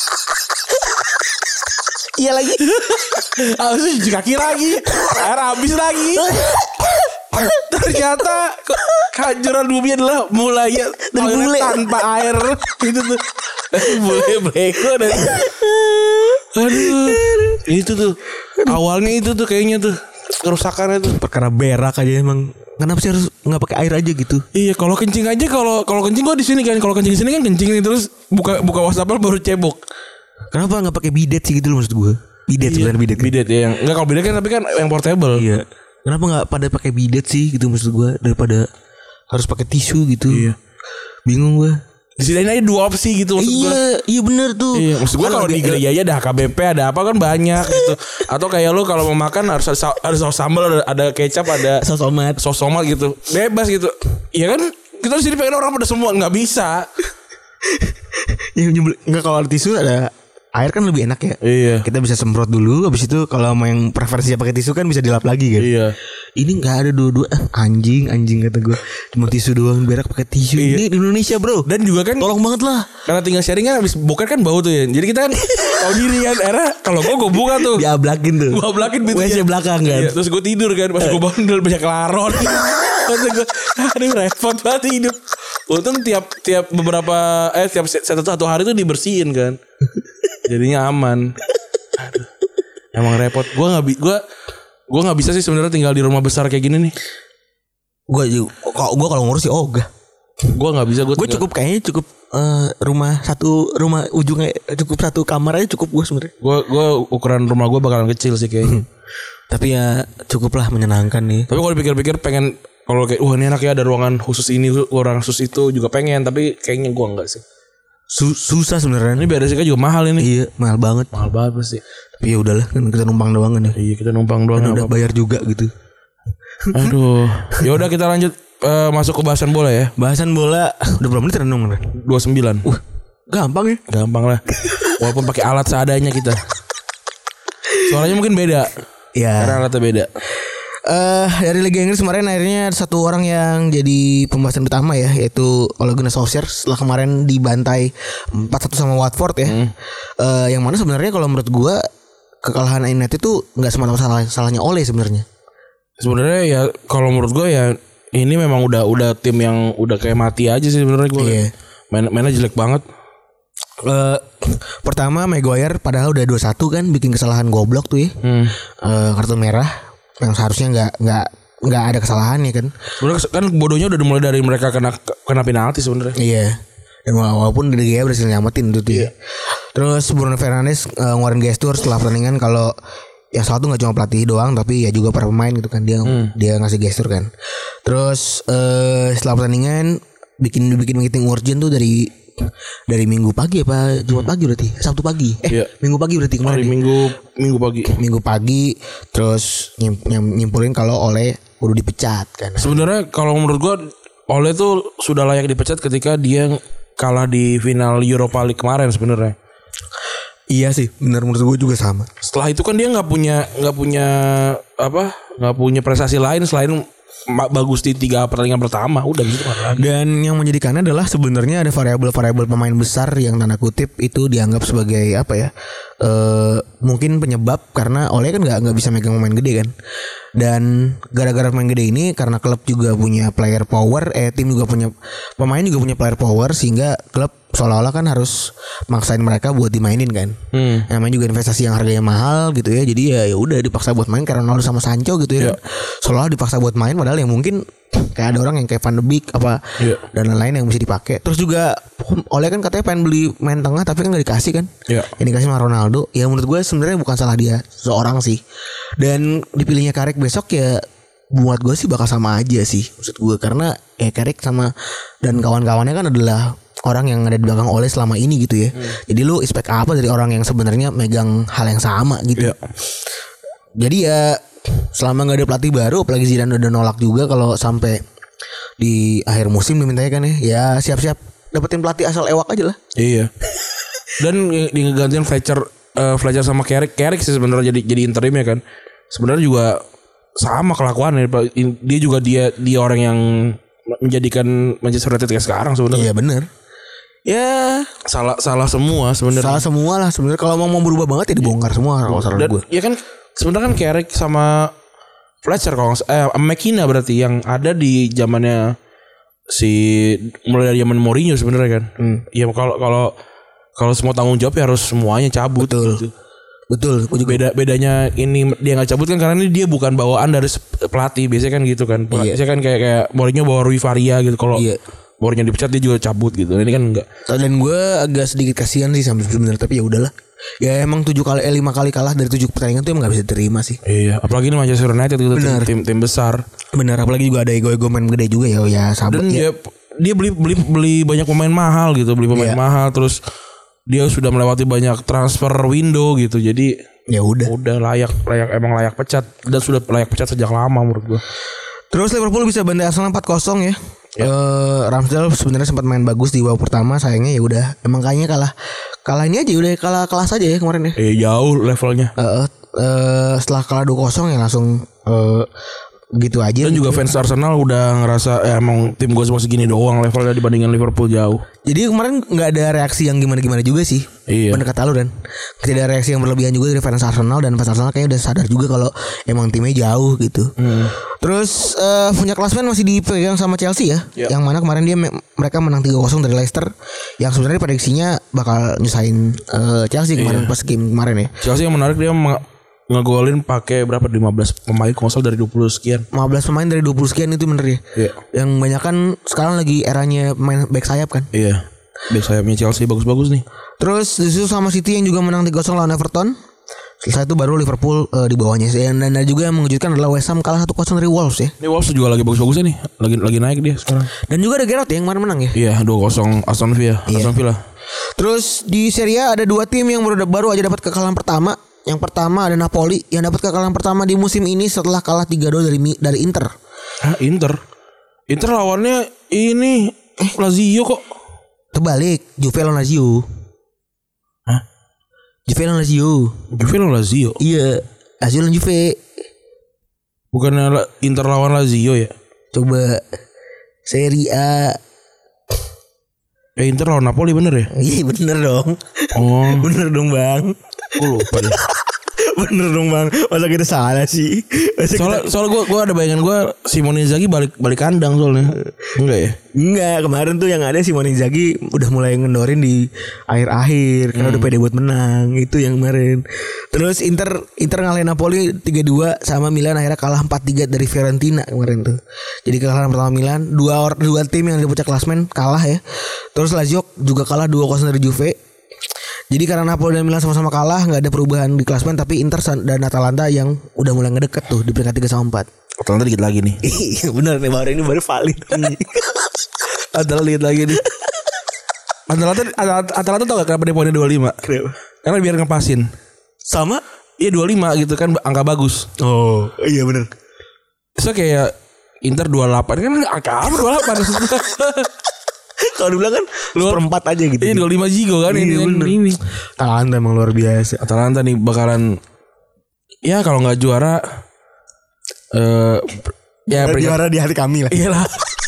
Iya lagi. Habis itu cuci kaki lagi. Air habis lagi. Ternyata ke- kehancuran bumi adalah mulai Dari bule. tanpa air itu tuh. Bule bego dan aduh itu tuh awalnya itu tuh kayaknya tuh kerusakannya tuh. Perkara berak aja emang. Kenapa sih harus nggak pakai air aja gitu? Iya, kalau kencing aja, kalau kalau kencing gua di sini kan, kalau kencing di sini kan kencing nih, terus buka buka wastafel baru cebok. Kenapa nggak pakai bidet sih gitu loh maksud gue? Bidet sebenarnya bidet. kan? Bidet ya, yang enggak, kalau bidet kan tapi kan yang portable. Iya. Kenapa nggak pada pakai bidet sih gitu maksud gue, daripada harus pakai tisu gitu? Iya. Bingung gue. Di sini aja dua opsi gitu maksud gua. Iya, iya bener tuh. Iya, maksud gue kalau di gereja aja ada H K B P, ada apa kan banyak gitu. Atau kayak lu kalau mau makan harus ada, sa- ada saus sambal, ada, ada kecap, ada saus tomat. saus tomat gitu. Bebas gitu. Iya kan kita di sini pengen orang pada semua, nggak bisa. Ya nyebel- enggak, kalau ada tisu ada air kan lebih enak ya. Iya. Kita bisa semprot dulu, habis itu kalau mau yang preferensinya pakai tisu kan bisa dilap lagi kan. Iya. Ini nggak ada dua-dua. Ah, anjing, anjing kata gue. Cuma tisu doang, berak pakai tisu. Iya. Ini di Indonesia, Bro. Dan juga kan Tolong banget lah. karena tinggal sharing kan habis boker kan bau tuh ya. Jadi kita kan tahu diri kan. Era kalau gue gue buka tuh. Diablakin tuh. Gue ablakin W C pintunya. belakang kan. Iya, terus gue tidur kan. Pas gue bangun udah banyak laron. Terus gue aduh repot banget hidup. Untung tiap tiap beberapa eh tiap satu satu hari tuh dibersihin kan. Jadinya aman. Aduh. Emang repot. Gue nggak bi gue gue nggak bisa sih sebenarnya tinggal di rumah besar kayak gini nih. Gue kalau gue kalau ngurus sih ogah. Gue nggak bisa. Gue Gue cukup kayaknya cukup eh, rumah satu rumah ujungnya cukup satu kamar aja cukup gue sebenarnya. Gue gue ukuran rumah gue bakalan kecil sih kayaknya. Tapi ya cukuplah menyenangkan nih. Tapi kalau dipikir-pikir pengen kalau kayak wah ini enak ya ada ruangan khusus ini ruangan khusus itu juga pengen, tapi kayaknya gue enggak sih. Su- susah sebenarnya. Ini Beresika juga mahal ini. Iya, mahal banget. Mahal banget pasti. Tapi ya udahlah, kan kita numpang doang kan ya. Iya, kita numpang doang. Kan udah bayar juga gitu. Aduh. Ya udah kita lanjut uh, masuk ke bahasan bola ya. Bahasan bola udah berapa menit renung kan? dua puluh sembilan. Uh, gampang ya. Gampang lah. Walaupun pakai alat seadanya kita. Suaranya mungkin beda. Ya. Karena alatnya beda. Eh dari Liga Inggris kemarin akhirnya ada satu orang yang jadi pembahasan utama ya, yaitu Ole Gunnar Solskjaer setelah kemarin dibantai empat satu sama Watford ya. Hmm. Uh, yang mana sebenarnya kalau menurut gua kekalahan United itu enggak semata-mata salah, salahnya Ole sebenarnya. Sebenarnya ya kalau menurut gua ya ini memang udah udah tim yang udah kayak mati aja sih sebenarnya gua. Iya. Main mainnya jelek banget. Uh, pertama Maguire padahal udah dua satu kan bikin kesalahan goblok tuh ya. Hmm. Uh, kartu merah yang seharusnya nggak nggak nggak ada kesalahan ya kan. Sebenarnya kan bodohnya udah dimulai dari mereka kena kena penalti sebenarnya. Iya. Dan walaupun De Gea berhasil nyamatin itu tuh. Iya. Terus Bruno Fernandes uh, ngeluarin gestur setelah pertandingan kalau yang salah tuh nggak cuma pelatih doang tapi ya juga para pemain gitu kan, dia hmm. dia ngasih gestur kan. Terus uh, setelah pertandingan bikin bikin meeting urgent tuh dari dari Minggu pagi apa Jumat pagi berarti Sabtu pagi eh yeah. Minggu pagi berarti kemarin. Hari Minggu Minggu pagi Minggu pagi terus nyim, nyim, nyimpulin kalau Ole udah dipecat kan. Sebenarnya kalau menurut gua Ole tuh sudah layak dipecat ketika dia kalah di final Europa League kemarin sebenarnya. Iya sih, benar menurut gue juga sama. Setelah itu kan dia nggak punya nggak punya apa nggak punya prestasi lain selain bagus di tiga pertandingan pertama, udah gitu kan. Dan yang menjadikannya adalah sebenarnya ada variabel-variabel pemain besar yang tanda kutip itu dianggap sebagai apa ya? Uh, mungkin penyebab karena Ole kan nggak nggak bisa megang pemain gede kan. Dan gara-gara pemain gede ini karena klub juga punya player power, eh tim juga punya pemain juga punya player power sehingga klub seolah-olah kan harus maksain mereka buat dimainin kan. Hmm. Namanya juga investasi yang harganya mahal gitu ya. Jadi ya ya udah dipaksa buat main karena Ronaldo sama Sancho gitu ya. Yeah. Seolah-olah dipaksa buat main padahal yang mungkin kayak ada orang yang kayak Van de Beek apa yeah. dan lain-lain yang bisa dipakai. Terus juga Ole kan katanya pengen beli main tengah tapi kan gak dikasih kan. Yeah. Yang dikasih sama Ronaldo. Ya menurut gue sebenarnya bukan salah dia seorang sih. Dan dipilihnya Carrick besok ya buat gue sih bakal sama aja sih maksud gue, karena ya Carrick sama dan kawan-kawannya kan adalah orang yang ada di belakang Ole selama ini gitu ya. Hmm. Jadi lu expect apa dari orang yang sebenarnya megang hal yang sama gitu. Yeah. Jadi ya selama nggak ada pelatih baru, apalagi Zidane udah nolak juga kalau sampai di akhir musim dimintanya kan ya. Ya siap-siap dapetin pelatih asal ewak aja lah. Iya. Dan digantiin Fletcher, uh, Fletcher sama Carrick, Carrick sih sebenarnya jadi jadi interim ya kan. Sebenarnya juga sama kelakuannya. Dia juga dia dia orang yang menjadikan Manchester United kayak sekarang sebenarnya. Iya benar. Ya salah salah semua sebenarnya. Salah semua lah sebenarnya. Kalau mau mau berubah banget ya dibongkar semua kalau salah gue. Ya kan sebenarnya kan Carrick sama Fletcher kalau eh McKenna berarti yang ada di zamannya si mulai dari zaman Mourinho sebenarnya kan. Hmm. Ya kalau kalau kalau semua tanggung jawab ya harus semuanya cabut. Betul. Gitu. Betul. Beda bedanya ini dia nggak cabut kan karena ini dia bukan bawaan dari pelatih. Biasanya kan gitu kan. Iya. Biasanya kan kayak kayak Mourinho bawa Rui Faria gitu. Kalau iya. Mourinho dipecat dia juga cabut gitu. Ini kan enggak. Dan gue agak sedikit kasihan sih sampai sebenarnya, tapi ya udahlah. Ya emang tujuh kali eh, lima kali kalah dari tujuh pertandingan tuh emang gak bisa diterima sih. Iya, apalagi ini Manchester United gitu, tim, tim tim besar. Benar, apalagi juga ada ego-ego main gede juga ya, ya sahabat. Dan ya. dia dia beli beli beli banyak pemain mahal gitu, beli pemain yeah. mahal terus dia sudah melewati banyak transfer window gitu. Jadi ya udah. Udah layak layak emang layak pecat dan sudah layak pecat sejak lama menurut gua. Terus Liverpool bisa bantai Arsenal empat kosong ya. Ya. Uh, Ramsdale sebenarnya sempat main bagus di babak pertama, sayangnya ya udah emang kayaknya kalah kalah ini aja udah kalah kelas aja ya kemarin ya. Eh jauh levelnya. Uh, uh, setelah kalah dua kosong ya langsung uh, gitu aja. Dan gitu. juga fans Arsenal udah ngerasa eh, emang tim gue cuma segini doang levelnya dibandingkan Liverpool jauh. Jadi kemarin nggak ada reaksi yang gimana-gimana juga sih. Iya. Bener kata lu Dan. Tidak ada reaksi yang berlebihan juga dari fans Arsenal, dan fans Arsenal kayaknya udah sadar juga kalau emang timnya jauh gitu. Hmm. Terus uh, punya klasmen masih dipegang sama Chelsea ya. Yep. Yang mana kemarin dia me- mereka menang tiga kosong dari Leicester. Yang sebenarnya prediksinya bakal nyusahin uh, Chelsea kemarin iya. pas game kemarin ya. Chelsea yang menarik dia meng- ngegolin pakai berapa lima belas pemain konsol dari dua puluh sekian. lima belas pemain dari dua puluh sekian itu bener ya. Iya. Yang banyak kan sekarang lagi eranya pemain back sayap kan. Iya. Back sayapnya Chelsea bagus-bagus nih. Terus disusul sama City yang juga menang tiga kosong lawan Everton. Setelah itu baru Liverpool uh, di bawahnya. Dan, dan juga yang mengejutkan adalah West Ham kalah satu kosong dari Wolves ya. Ini Wolves juga lagi bagus-bagusnya nih. Lagi lagi naik dia sekarang. Dan juga ada Gerrard ya yang kemarin menang ya. Iya, dua kosong Aston Villa. Iya. Aston Villa. Terus di Serie A ada dua tim yang baru baru aja dapat kekalahan pertama. Yang pertama ada Napoli yang dapat kekalahan pertama di musim ini setelah kalah tiga dua dari dari Inter. Hah, Inter? Inter lawannya ini eh Lazio kok. Terbalik, Juve lawan Lazio. Hah? Juve lawan Lazio. Juve lawan Lazio. Iya, Lazio lawan Juve. Bukannya Inter lawan Lazio ya? Coba Serie A. Eh Inter lawan Napoli bener ya? Iya bener dong. Oh. Bener dong bang. Gue lupa deh. Bener dong bang. Masa kita salah sih? Masa Soalnya kita... soalnya gue gue ada bayangan gue Simone Inzaghi balik balik kandang soalnya. Enggak ya? Enggak, kemarin tuh yang ada Simone Inzaghi udah mulai ngendorin di akhir-akhir karena hmm. udah pede buat menang. Itu yang kemarin. Terus Inter Inter ngalahin Napoli tiga dua sama Milan akhirnya kalah empat tiga dari Fiorentina kemarin tuh. Jadi kekalahan pertama Milan, dua or, dua tim yang di puncak klasmen kalah ya. Terus Lazio juga kalah dua kosong dari Juve. Jadi karena Napoli dan Milan sama-sama kalah, nggak ada perubahan di klasmen, tapi Inter dan Atalanta yang udah mulai ngedeket tuh di peringkat tiga sama empat. Atalanta dikit lagi nih. Bener nih baru ini baru valid. Atalanta dikit lagi nih. Atalanta Atalanta, Atalanta tau gak kenapa dia poinnya dua puluh lima? Kenapa? Karena biar ngepasin. Sama? Iya dua puluh lima gitu kan angka bagus. Oh iya bener. So kayak Inter dua puluh delapan kan angka apa dua puluh delapan? Kalau dibilang kan seperempat aja gitu. Ini dua puluh lima jigo kan ini, ini, ini. Atalanta emang luar biasa. Atalanta nih bakalan ya kalau nggak juara eh uh, ya peringkat, juara di hati kami lah. Iyalah.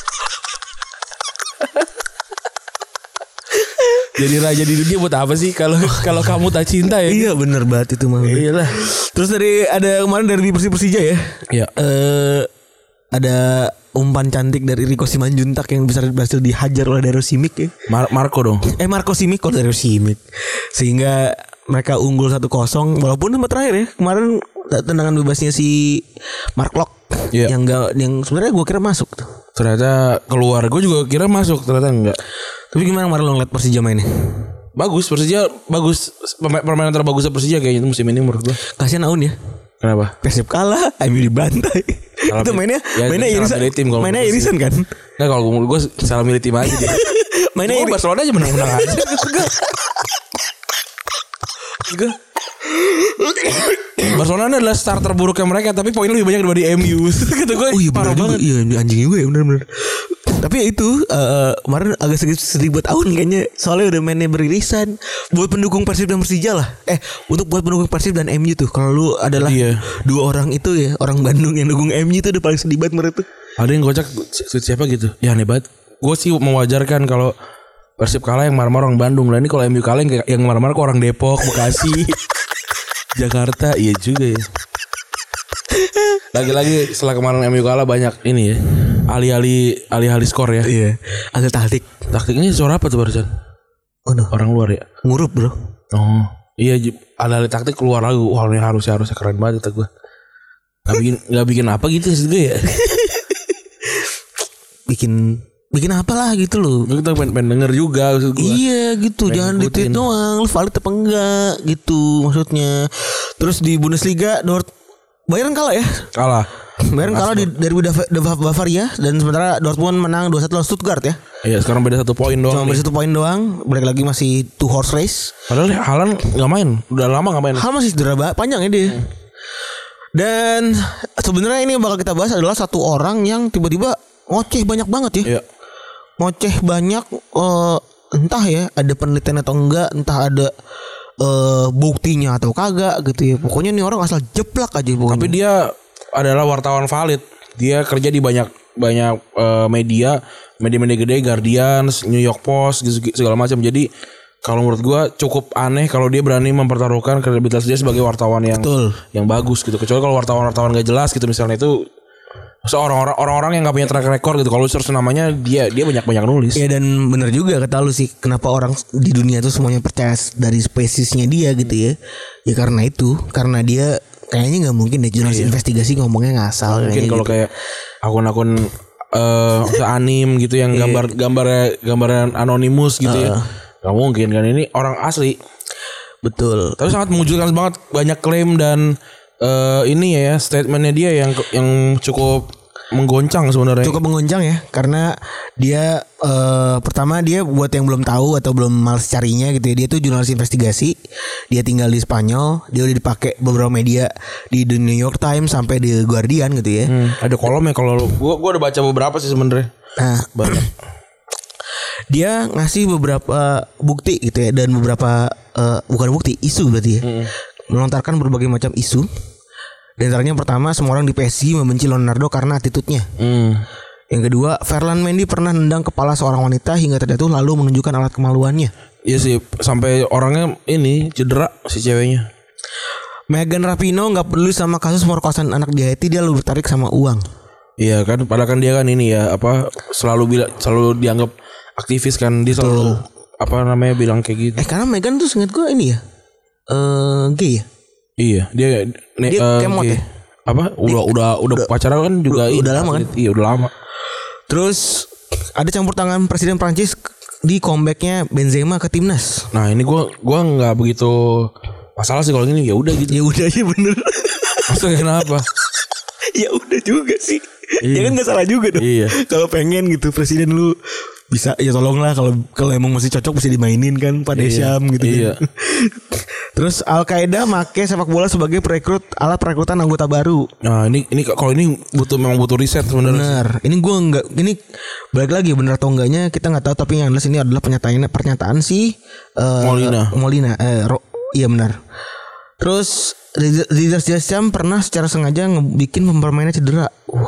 Jadi raja di dunia buat apa sih kalau kalau kamu tak cinta ya? Iya bener banget itu mah. Iyalah. Terus dari ada kemarin dari Persib Persija ya. Iya. Eh ada umpan cantik dari Rico Simanjuntak yang bisa berhasil dihajar oleh Dario Simic ya. Mar- Marco dong. Eh Marco Simic kok Dario Simic. Sehingga mereka unggul satu kosong walaupun tempat terakhir ya. Kemarin tendangan bebasnya si Mark Locke yeah. yang enggak yang sebenarnya gue kira masuk tuh. Ternyata keluar. Gue juga kira masuk, ternyata enggak. Tapi gimana kemarin lo ngeliat Persija mainnya? Bagus, Persija bagus. Permainan terbagusnya Persija kayaknya musim ini menurut gue. Kasihan Aun ya. Kenapa? Persib kalah, M U dibantai. Salah itu mainnya ya, mainnya irisan. Mainnya irisan kan? Nah kalau gue gue salah milih tim aja dia. Mainnya irisan. Barcelona aja menang-menang aja. Gue Barcelona adalah starter buruknya mereka, tapi poinnya lebih banyak daripada di M U. Kata gue. Oh iya parah banget. Iya anjing juga ya benar-benar. Tapi ya itu uh, kemarin agak sedikit sedih buat Aun kayaknya. Soalnya udah mainnya beririsan. Buat pendukung Persib dan Persija lah. Eh untuk buat pendukung Persib dan M U tuh. Kalau lu adalah iya. dua orang itu ya, orang Bandung yang dukung M U itu udah paling sedih banget menurut tuh. Ada yang gocak siapa gitu. Ya aneh banget. Gue sih mewajarkan kalau Persib kalah yang marah-marah orang Bandung. Lah ini kalau M U kalah yang, yang marah-marah orang Depok, Bekasi, Jakarta. Iya juga ya. Lagi-lagi setelah kemarin M U kalah banyak ini ya. Alih-alih alih-alih skor ya. Iya. Ada taktik. Taktiknya suara apa tuh barusan? Oh no. Orang luar ya. Ngurup bro. Oh iya. Alih-alih taktik keluar lagu. Wah ini harusnya harusnya keren banget kata gue. Gak bikin gak bikin apa gitu sih gue ya. Bikin bikin apa lah gitu loh. Kita pengen, pengen denger juga maksud gue. Iya gitu. Pengen jangan di-tweet doang. Lu valid apa enggak gitu maksudnya. Terus di Bundesliga Dort Bayern kalah ya. Kalah. Bayern kalah di, dari Bavaria. Dan sementara Dortmund menang dua satu lawan Stuttgart ya. Iya sekarang beda satu poin doang. Cuma beda satu poin doang. Balik lagi masih two horse race. Padahal Haaland gak main. Udah lama gak main. Haaland masih cedera panjang ya dia. hmm. Dan sebenarnya ini yang bakal kita bahas adalah satu orang yang tiba-tiba ngoceh banyak banget ya. Iya. Ngoceh banyak uh, entah ya ada penelitian atau enggak, entah ada uh, buktinya atau kagak gitu ya. Pokoknya nih orang asal jeplak aja pokoknya. Tapi dia adalah wartawan valid. Dia kerja di banyak banyak uh, media, media-media gede, Guardian, New York Post gitu, segala macam. Jadi kalau menurut gua cukup aneh kalau dia berani mempertaruhkan kredibilitas dia sebagai wartawan yang Betul. yang bagus gitu. Kecuali kalau wartawan-wartawan gak jelas gitu misalnya itu so, orang-orang orang-orang yang nggak punya track record gitu. Kalau search namanya dia dia banyak-banyak nulis. Iya dan benar juga kata lu sih kenapa orang di dunia itu semuanya percaya dari spesiesnya dia gitu ya. Ya karena itu, karena dia kayaknya nggak mungkin deh jurnalis iya. investigasi ngomongnya ngasal. Mungkin kalau gitu. Kayak akun-akun uh, anim gitu yang gambar gambar gambaran anonimus gitu uh. ya. Gak mungkin kan ini orang asli. Betul. Tapi sangat mengejutkan banget, banyak klaim dan uh, ini ya statementnya dia yang yang cukup menggoncang sebenarnya. Cukup menggoncang ya, karena dia uh, pertama dia buat yang belum tahu atau belum males carinya gitu ya, dia tuh jurnalis investigasi. Dia tinggal di Spanyol, dia udah dipakai beberapa media di The New York Times sampai di Guardian gitu ya. Hmm, ada kolomnya kalau gua gua udah baca beberapa sih sebenarnya. Nah, banyak. Dia ngasih beberapa bukti gitu ya, dan beberapa uh, bukan bukti, isu berarti ya. Hmm. Melontarkan berbagai macam isu. Dan antaranya pertama, semua orang di P S G membenci Leonardo karena attitude-nya. Hmm. Yang kedua, Ferland Mendy pernah nendang kepala seorang wanita hingga terjatuh lalu menunjukkan alat kemaluannya. Iya sih, sampai orangnya ini cedera si ceweknya. Megan Rapinoe nggak peduli sama kasus pemerkosaan anak di Haiti, dia lebih tertarik sama uang. Iya kan, padahal kan dia kan ini ya apa selalu bila selalu dianggap aktivis kan, dia selalu apa namanya bilang kayak gitu. Eh karena Megan tuh seingat gue ini ya, eh uh, gay ya. Iya, dia ne, dia uh, kemot ya. Apa? Udah dia, udah udah pacaran kan juga. Udah, udah lama kan? Iya, udah lama. Terus ada campur tangan Presiden Prancis di comebacknya Benzema ke timnas. Nah, ini gua gua enggak begitu masalah sih kalau gini, ya udah gitu. Ya udah aja bener. Maksudnya kenapa? Ya udah juga sih. Iya. Ya kan enggak salah juga dong. Iya. Kalau pengen gitu presiden lu bisa, ya tolonglah kalau kalau emang masih cocok bisa dimainin kan Pak Desyam gitu iya. kan. Terus Al-Qaeda make sepak bola sebagai perekrut alat perekrutan anggota baru. Nah, ini ini kalau ini butuh memang butuh riset sebenarnya. Benar. Ini gua enggak, ini balik lagi benar atau enggaknya kita enggak tahu, tapi yang jelas ini adalah pernyataan pernyataan si uh, Molina. Molina eh ro, iya benar. Terus Riza Desyam pernah secara sengaja ngebikin pemainnya cedera. Uh.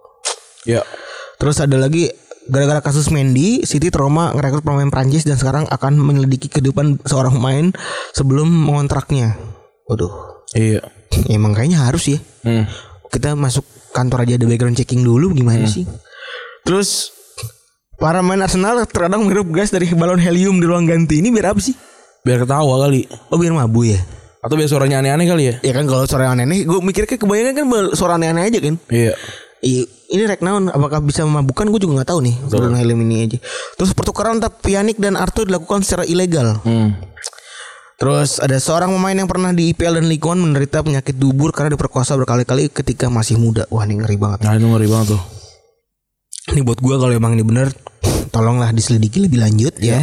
Ya. Terus ada lagi, gara-gara kasus Mendy, City trauma ngerekrut pemain Prancis dan sekarang akan menyelidiki kehidupan seorang pemain sebelum mengontraknya. Waduh. Iya. Ya, emang kayaknya harus ya. Hmm. Kita masuk kantor aja ada background checking dulu gimana hmm. sih. Terus para pemain Arsenal terkadang menghirup gas dari balon helium di ruang ganti. Ini biar apa sih? Biar ketawa kali. Oh, biar mabuk ya. Atau biar suaranya aneh-aneh kali ya? Ya kan, kalau suara aneh-aneh gue mikirnya kebanyakan kan suara aneh-aneh aja kan. Iya. Iya, ini Reknaun apakah bisa memabukkan, gue juga nggak tahu nih balon helium ini aja. Terus pertukaran antara Pjanic dan Arthur dilakukan secara ilegal. Hmm. Terus ada seorang pemain yang pernah di I P L dan Ligue satu menderita penyakit dubur karena diperkosa berkali-kali ketika masih muda. Wah, ini ngeri banget. Nah, itu ngeri banget tuh. Ini buat gue kalau emang ini bener, tolonglah diselidiki lebih lanjut ya.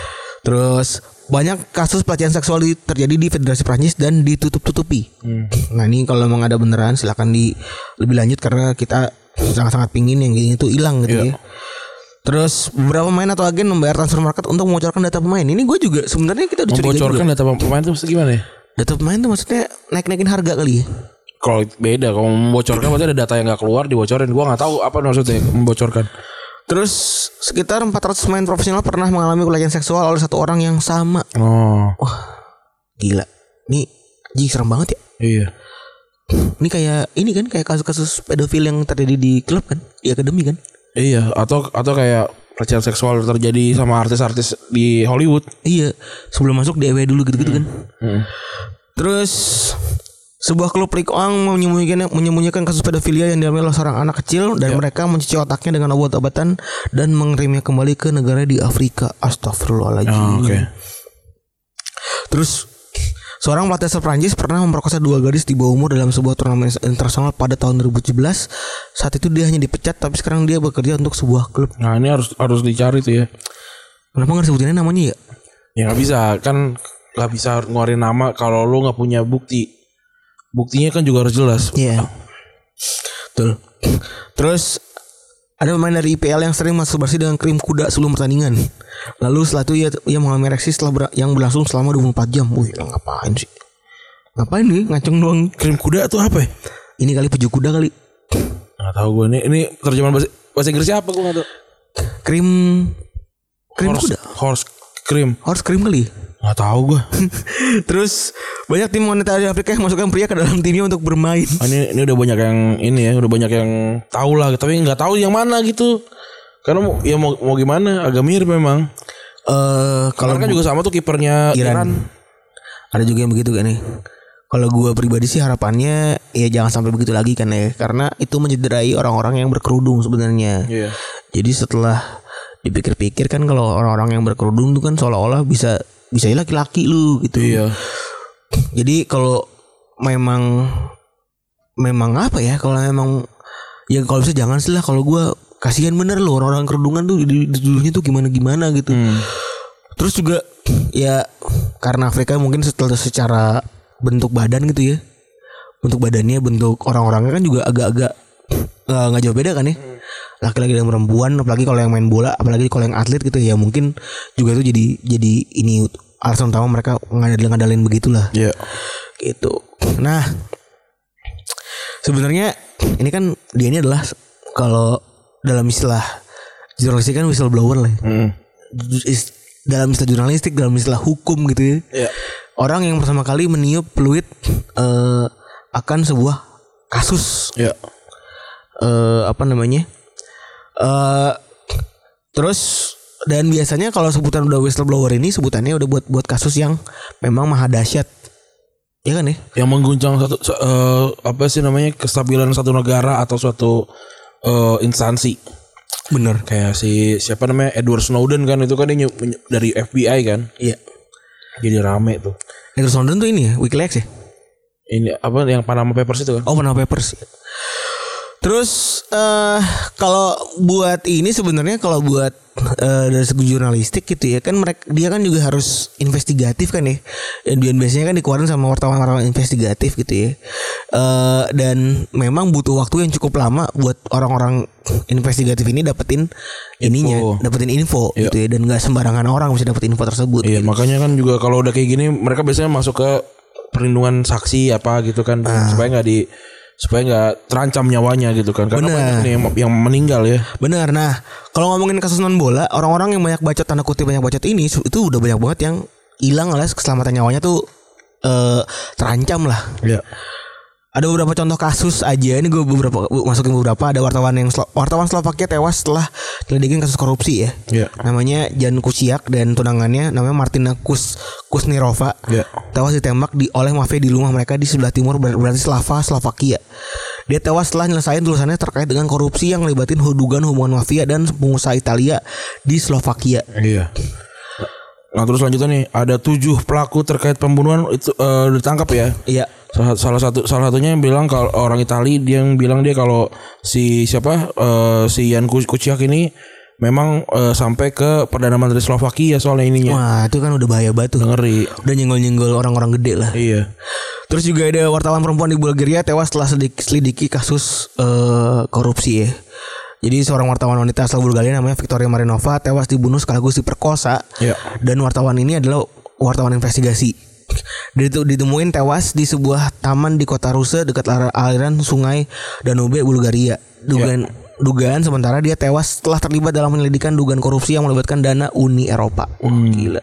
Terus banyak kasus pelecehan seksual terjadi di Federasi Prancis dan ditutup-tutupi. Hmm. Nah, ini kalau emang ada beneran silakan di lebih lanjut karena kita sangat-sangat pingin yang gini itu hilang gitu yeah. ya. Terus beberapa pemain atau agen membayar transfer market untuk membocorkan data pemain. Ini gue juga sebenarnya kita udah curiga. Membocorkan data pemain itu maksudnya gimana ya? Data pemain itu maksudnya naik-naikin harga kali ya. Kalau beda, kalau membocorkan berarti ada data yang nggak keluar dibocorin. Gue nggak tahu apa maksudnya membocorkan. Terus sekitar empat ratus pemain profesional pernah mengalami pelecehan seksual oleh satu orang yang sama. Oh. Wah, gila. Ini jing serem banget ya. Iya. Ini kayak ini kan kayak kasus-kasus pedofil yang terjadi di klub kan, di akademi kan. Iya, atau atau kayak pelecehan seksual terjadi sama artis-artis di Hollywood. Iya, sebelum masuk D W dulu gitu-gitu hmm. kan. Hmm. Terus sebuah klub Ligue satu menyembunyikan menyembunyikan kasus pedofilia yang dialami oleh seorang anak kecil dan yeah. mereka mencuci otaknya dengan obat-obatan dan mengirimnya kembali ke negara di Afrika. Astagfirullahaladzim. Oh, Oke. Okay. Terus seorang pelatih asal Prancis pernah memperkosa dua gadis di bawah umur dalam sebuah turnamen internasional pada tahun dua ribu tujuh belas. Saat itu dia hanya dipecat, tapi sekarang dia bekerja untuk sebuah klub. Nah, ini harus harus dicari tuh ya. Kenapa nggak sebutinnya namanya ya? Ya nggak bisa, kan nggak bisa ngeluarin nama kalau lu nggak punya bukti. Buktinya kan juga harus jelas. Iya. Yeah. Betul. Terus ada pemain dari I P L yang sering masturbasi dengan krim kuda sebelum pertandingan. Lalu setelah itu ia, ia mengalami ereksi setelah ber, yang berlangsung selama dua puluh empat jam. Wih, ngapain sih? Ngapain nih ngaceng doang? Krim kuda tuh apa ya? Ini kali peju kuda kali. Nggak tahu gue ini. Ini terjemahan bahasa, bahasa Inggrisnya apa gue nggak tahu. Krim krim horse, kuda. Horse krim. Horse krim kali. Nggak tahu gue. Terus banyak tim wanita di Afrika yang masukkan pria ke dalam timnya untuk bermain. Oh, ini ini udah banyak yang ini ya, udah banyak yang tahu lah, tapi nggak tahu yang mana gitu. Karena mau, ya mau mau gimana, agak mirip memang. Eh uh, kalau kan juga sama tuh kipernya Iran. Iran. Ada juga yang begitu kan nih. Kalau gue pribadi sih harapannya ya jangan sampai begitu lagi kan ya, karena itu mencederai orang-orang yang berkerudung sebenarnya. Yeah. Jadi setelah dipikir-pikir kan kalau orang-orang yang berkerudung tuh kan seolah-olah bisa bisa laki-laki lu gitu. Iya. Jadi kalau memang memang apa ya? Kalau memang ya kalau bisa jangan sih lah. Kalau gue kasihan bener loh orang-orang kerudungan tuh dulunya tuh gimana-gimana gitu. Hmm. Terus juga ya karena Afrika mungkin setelah secara bentuk badan gitu ya, bentuk badannya, bentuk orang-orangnya kan juga agak-agak nggak uh, jauh beda kan ya. Hmm. Laki-laki dan perempuan, apalagi kalau yang main bola, apalagi kalau yang atlet gitu ya, mungkin juga itu jadi jadi ini alasan utama mereka ngadalin-ngadalin begitulah. Iya. Yeah. Gitu. Nah, sebenarnya ini kan dia ini adalah kalau dalam istilah jurnalistik kan whistleblower lah. Hmm. Dalam istilah jurnalistik, dalam istilah hukum gitu ya. Yeah. Orang yang pertama kali meniup peluit uh, akan sebuah kasus. Iya. Yeah. Uh, apa namanya? Uh, terus dan biasanya kalau sebutan udah whistleblower ini sebutannya udah buat buat kasus yang memang maha dahsyat, ya kan ya? Yang mengguncang satu uh, apa sih namanya kestabilan satu negara atau suatu uh, instansi. Bener. Kayak si siapa namanya Edward Snowden kan, itu kan dia ny- dari F B I kan? Iya. Jadi rame tuh. Edward Snowden tuh ini ya Wikileaks ya? Ini apa yang Panama Papers itu kan? Oh, Panama Papers. Terus uh, kalau buat ini sebenarnya kalau buat uh, dari segi jurnalistik gitu ya kan mereka dia kan juga harus investigatif kan ya. Dan biasanya kan dikeluarin sama wartawan-wartawan investigatif gitu ya. Uh, dan memang butuh waktu yang cukup lama buat orang-orang investigatif ini dapetin info. ininya, dapetin info iya. gitu ya, dan nggak sembarangan orang bisa dapetin info tersebut. Iya, gitu. Makanya kan juga kalau udah kayak gini mereka biasanya masuk ke perlindungan saksi apa gitu kan uh. supaya nggak di supaya nggak terancam nyawanya gitu kan, karena banyak nih yang, yang meninggal ya. Benar. Nah kalau ngomongin kasus non bola, orang-orang yang banyak bacot, tanda kutip banyak bacot ini itu udah banyak banget yang hilang alias keselamatan nyawanya tuh uh, terancam lah. Iya. Ada beberapa contoh kasus aja. Ini gue beberapa masukin beberapa. Ada wartawan yang wartawan Slovakia tewas setelah nyelidikin kasus korupsi ya. Yeah. Namanya Jan Kuciak dan tunangannya namanya Martina Kus Kusnirova. Yeah. Tewas ditembak di oleh mafia di rumah mereka di sebelah timur berarti Slava Slovakia. Dia tewas setelah nyelesain tulisannya terkait dengan korupsi yang melibatin dugaan hubungan mafia dan pengusaha Italia di Slovakia. Iya. Yeah. Nah terus selanjutnya nih ada tujuh pelaku terkait pembunuhan itu uh, ditangkap ya. Iya. Salah, salah satu salah satunya yang bilang kalau orang Itali, dia yang bilang dia kalau si siapa uh, si Jan Kuciak ini memang uh, sampai ke Perdana Menteri Slovakia soalnya ininya. Wah itu kan udah bahaya banget tuh. Ngeri. Udah nyenggol-nyenggol orang-orang gede lah. Iya. Terus juga ada wartawan perempuan di Bulgaria tewas setelah selidiki kasus uh, korupsi ya. Jadi seorang wartawan wanita asal Bulgaria namanya Victoria Marinova tewas dibunuh sekaligus diperkosa. Iya. Dan wartawan ini adalah wartawan investigasi. Dia itu ditemuin tewas di sebuah taman di kota Ruse dekat aliran sungai Danube, Bulgaria. Dugaan yeah. dugaan sementara dia tewas setelah terlibat dalam penyelidikan dugaan korupsi yang melibatkan dana Uni Eropa. Wah, hmm. gila.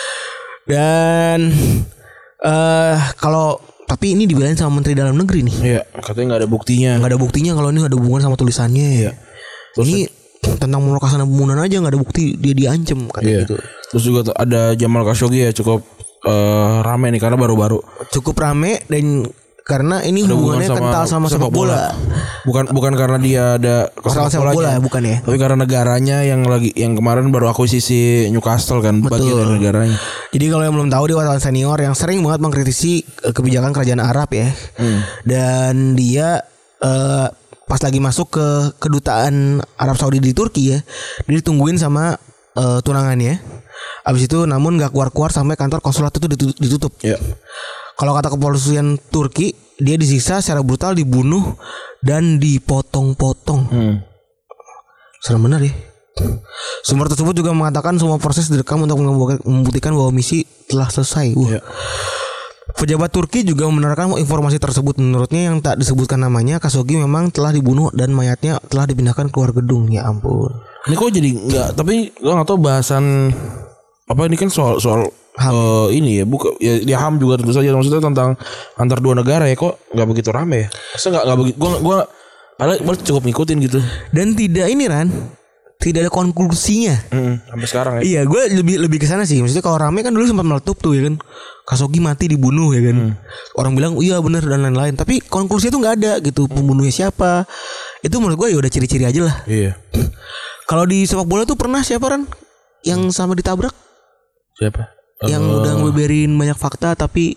Dan uh, kalau tapi ini dibilangin sama Menteri Dalam Negeri nih. Iya, yeah, katanya nggak ada buktinya. Nggak ada buktinya kalau ini ada hubungan sama tulisannya. Iya. Yeah. Terus ini tentang melakukan pembunuhan aja nggak ada bukti dia diancam katanya yeah. gitu. Terus juga ada Jamal Khashoggi ya cukup Uh, rame nih karena baru-baru cukup rame dan karena ini ada hubungannya sama, kental sama sepak bola. bola. Bukan bukan karena dia ada sepak bola, bola bukan ya. Tapi karena negaranya yang lagi yang kemarin baru akuisisi Newcastle kan. Betul. Bagian dari negaranya. Jadi kalau yang belum tahu dia wartawan senior yang sering banget mengkritisi kebijakan kerajaan Arab ya. Hmm. Dan dia uh, pas lagi masuk ke kedutaan Arab Saudi di Turki ya, dia ditungguin sama uh, tunangannya. Abis itu namun gak keluar-keluar sampai kantor konsulat itu ditutup. Yeah. Kalau kata kepolisian Turki, dia disiksa secara brutal, dibunuh dan dipotong-potong. Hmm. Serem benar ya. Sumber tersebut juga mengatakan semua proses direkam untuk membuktikan bahwa misi telah selesai. Wah. Yeah. Pejabat Turki juga membenarkan informasi tersebut. Menurutnya yang tak disebutkan namanya, Khashoggi memang telah dibunuh dan mayatnya telah dipindahkan keluar gedung. Ya ampun. Ini kok jadi enggak, tapi gue enggak tahu bahasan apa ini kan soal soal uh, ini ya buka ya di H A M juga tentu saja, maksudnya tentang antar dua negara ya, kok nggak begitu rame ya? Masa nggak nggak begitu? Gue gue padahal cukup ngikutin gitu. Dan tidak ini Ran, tidak ada konklusinya. Mm, sampai sekarang ya. Iya, gue lebih lebih ke sana sih. Maksudnya kalau rame kan dulu sempat meletup tuh ya kan, Khashoggi mati dibunuh ya kan. Mm. Orang bilang iya benar dan lain-lain. Tapi konklusinya tuh nggak ada gitu. Pembunuhnya siapa? Itu menurut gue ya udah ciri-ciri aja lah. Iya. Kalau di sepak bola tuh pernah siapa Ran yang sama ditabrak? Siapa? Yang uh... udah ngebeberin banyak fakta tapi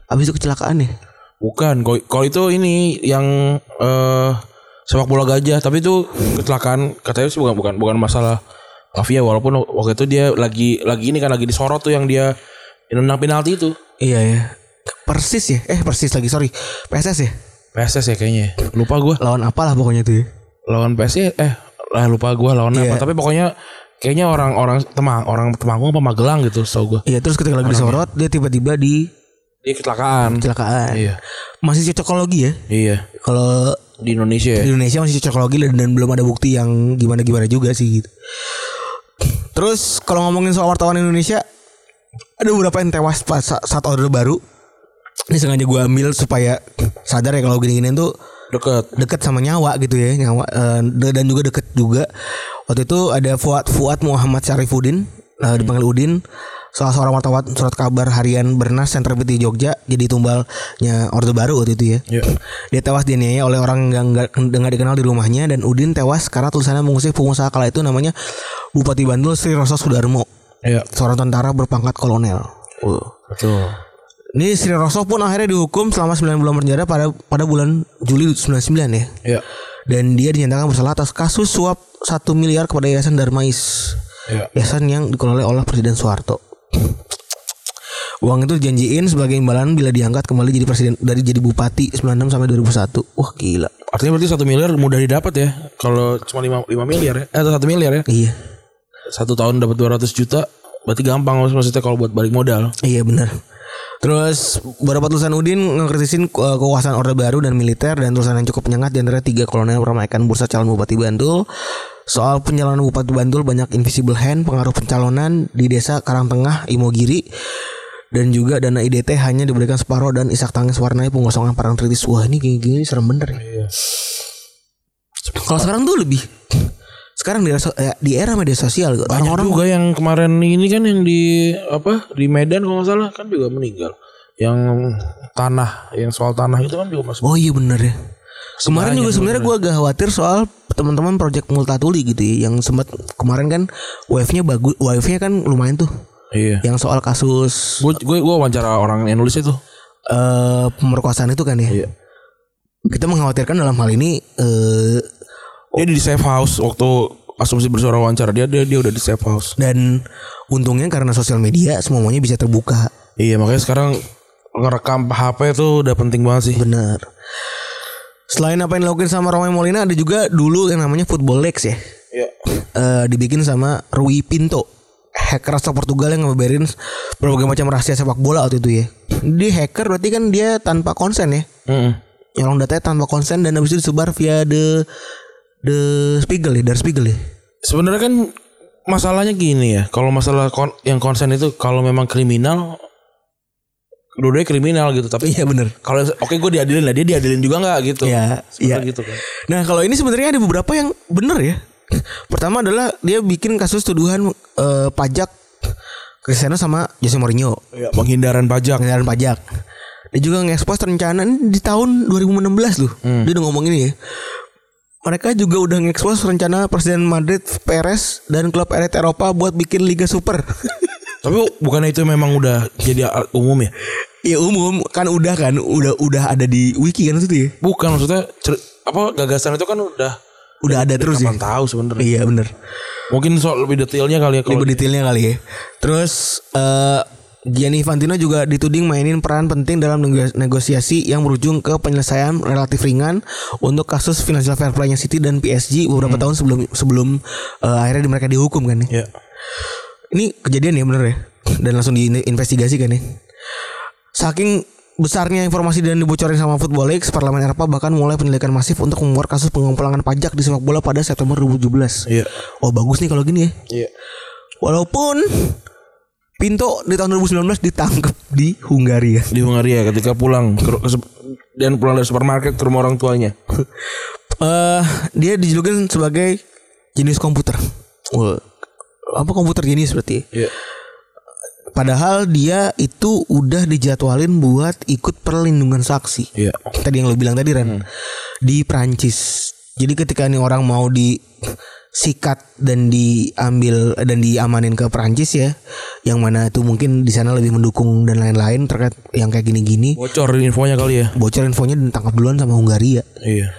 Abis itu kecelakaan ya? Bukan, kalau itu ini yang uh, sepak bola gajah, tapi itu kecelakaan katanya sih bukan bukan bukan masalah mafia, walaupun waktu itu dia lagi lagi ini kan lagi disorot tuh yang dia nendang penalti itu. Iya ya. Persis ya? Eh Persis lagi, sorry. P S S ya? P S S ya kayaknya. Lupa gue. Lawan apalah pokoknya tuh ya. Lawan P S S eh lah lupa gue lawan yeah. apa, tapi pokoknya kayaknya orang-orang Temang, orang Temanggung apa Magelang gitu setahu gue. Iya, terus ketika lagi disorot dia tiba-tiba di Dia kecelakaan. Kecelakaan. Iya. Masih cocokologi ya? Iya. Kalau di Indonesia ya? Di Indonesia masih cocokologi dan, dan belum ada bukti yang gimana-gimana juga sih gitu. Terus kalau ngomongin soal wartawan Indonesia, ada beberapa yang tewas pas saat Orde Baru. Ini sengaja gue ambil supaya sadar ya kalau gini-ginian tuh deket deket sama nyawa gitu ya, nyawa uh, dan juga deket juga. Waktu itu ada Fuad Fuad Muhammad Syarifuddin, uh, dipanggil Udin, salah seorang wartawan surat kabar harian Bernas yang terbit di Jogja, jadi tumbalnya Orde Baru waktu itu ya. Yeah. Dia tewas dianiaya oleh orang yang nggak nggak dikenal di rumahnya, dan Udin tewas karena tulisannya mengusik pengusaha kala itu namanya Bupati Bantul Sri Roso Sudarmo, yeah. seorang tentara berpangkat kolonel. Uh. Betul. Ini Sri Roso pun akhirnya dihukum selama sembilan bulan penjara pada pada bulan Juli sembilan puluh sembilan ya. Yeah. Dan dia dinyatakan bersalah atas kasus suap satu miliar kepada Yayasan Darmais. Yeah. Yayasan yang dikelola oleh Presiden Soeharto. Uang itu dijanjiin sebagai imbalan bila diangkat kembali jadi presiden dari jadi bupati sembilan puluh enam sampai dua ribu satu. Wah gila. Artinya berarti satu miliar mudah didapat ya. Kalau cuma lima miliar ya. Eh atau satu miliar ya. Iya. Satu tahun dapat dua ratus juta. Berarti gampang maksudnya kalau buat balik modal. Iya benar. Terus beberapa tulisan Udin ngekritisin uh, kekuasaan Orde Baru dan militer, dan tulisan yang cukup menyengat di antara tiga kolonel meramaikan bursa calon Bupati Bantul. Soal pencalonan Bupati Bantul banyak invisible hand, pengaruh pencalonan di desa Karangtengah, Imogiri, dan juga dana I D T hanya diberikan separuh dan isak tangis warnai pengosongan parang tritis. Wah ini gini-gini serem bener ya. Iya. Kalau sekarang tuh lebih sekarang di, di era media sosial banyak orang-orang juga yang kemarin ini kan yang di apa di Medan kalau nggak salah kan juga meninggal, yang tanah yang soal tanah itu kan juga masuk. Oh iya benar ya. Kemarin juga sebenarnya gue agak khawatir soal teman-teman Project Multatuli gitu ya, yang sempat kemarin kan wave-nya bagus, wave-nya kan lumayan tuh. Iya. Yang soal kasus gue gue gue wawancara orang yang nulis itu uh, pemerkosaan itu kan ya. Iya. Kita mengkhawatirkan dalam hal ini uh, dia di safe house waktu Asumsi Bersuara wawancara dia dia dia udah di safe house. Dan untungnya karena sosial media semuanya bisa terbuka. Iya, makanya sekarang ngerekam H P itu udah penting banget sih. Benar. Selain apa yang dilakukan sama Romain Molina, ada juga dulu yang namanya Football Leaks ya. Iya. Uh, dibikin sama Rui Pinto, hacker asal Portugal yang ngeberin berbagai macam rahasia sepak bola waktu itu ya. Dia hacker berarti kan dia tanpa konsen ya. Mm-hmm. Nyolong datanya tanpa konsen dan habis itu disebar via the The Spiegel ya, Der Spiegel ya. Sebenarnya kan masalahnya gini ya. Kalau masalah kon- yang konsen itu kalau memang kriminal, dua-duanya kriminal gitu. Tapi iya benar. Kalau oke okay, gue diadilin lah, dia diadilin juga nggak gitu. Iya. Iya. Gitu kan. Nah kalau ini sebenarnya ada beberapa yang benar ya. Pertama adalah dia bikin kasus tuduhan uh, pajak Cristiano sama Jose Mourinho. Ya, penghindaran pajak. Penghindaran pajak. Dia juga nge-expose rencana di tahun dua ribu enam belas loh. Hmm. Dia udah ngomong ini ya. Mereka juga udah nge-expose rencana Presiden Madrid Perez dan klub elit Eropa buat bikin Liga Super. Tapi bukannya itu memang udah jadi umum ya? Iya umum kan, udah kan udah udah ada di wiki kan itu ya. Bukan maksudnya cer- apa gagasan itu kan udah udah ada terus ya. Tahu sebenarnya. Iya benar. Mungkin soal lebih detailnya kali ya. Lebih detailnya kali ya. Terus uh, Gianni Infantino juga dituding mainin peran penting dalam negosiasi yang berujung ke penyelesaian relatif ringan untuk kasus financial fair play-nya City dan P S G beberapa hmm. tahun sebelum sebelum uh, akhirnya mereka dihukum kan ya. Yeah. Ini kejadian ya bener ya, dan langsung diinvestigasi kan ya. Saking besarnya informasi dan dibocorin sama Football Leaks, Parlemen Eropa bahkan mulai penyelidikan masif untuk membuat kasus pengumpulan pajak di sepak bola pada September dua ribu tujuh belas. Yeah. Oh bagus nih kalau gini ya. Yeah. Walaupun Pinto di tahun dua ribu sembilan belas ditangkap di Hungaria. Di Hungaria ketika pulang ke, ke, dan pulang dari supermarket ke rumah orang tuanya. uh, dia dijulukin sebagai jenius komputer. Wah, apa komputer jenius berarti? Yeah. Padahal dia itu udah dijadwalin buat ikut perlindungan saksi. Yeah. Tadi yang lo bilang tadi Ran, hmm. di Prancis. Jadi ketika nih orang mau di sikat dan diambil dan diamanin ke Perancis ya, yang mana itu mungkin di sana lebih mendukung dan lain-lain terkait yang kayak gini-gini. Bocor infonya kali ya. Bocor infonya dan tangkap duluan sama Hungaria. Iya.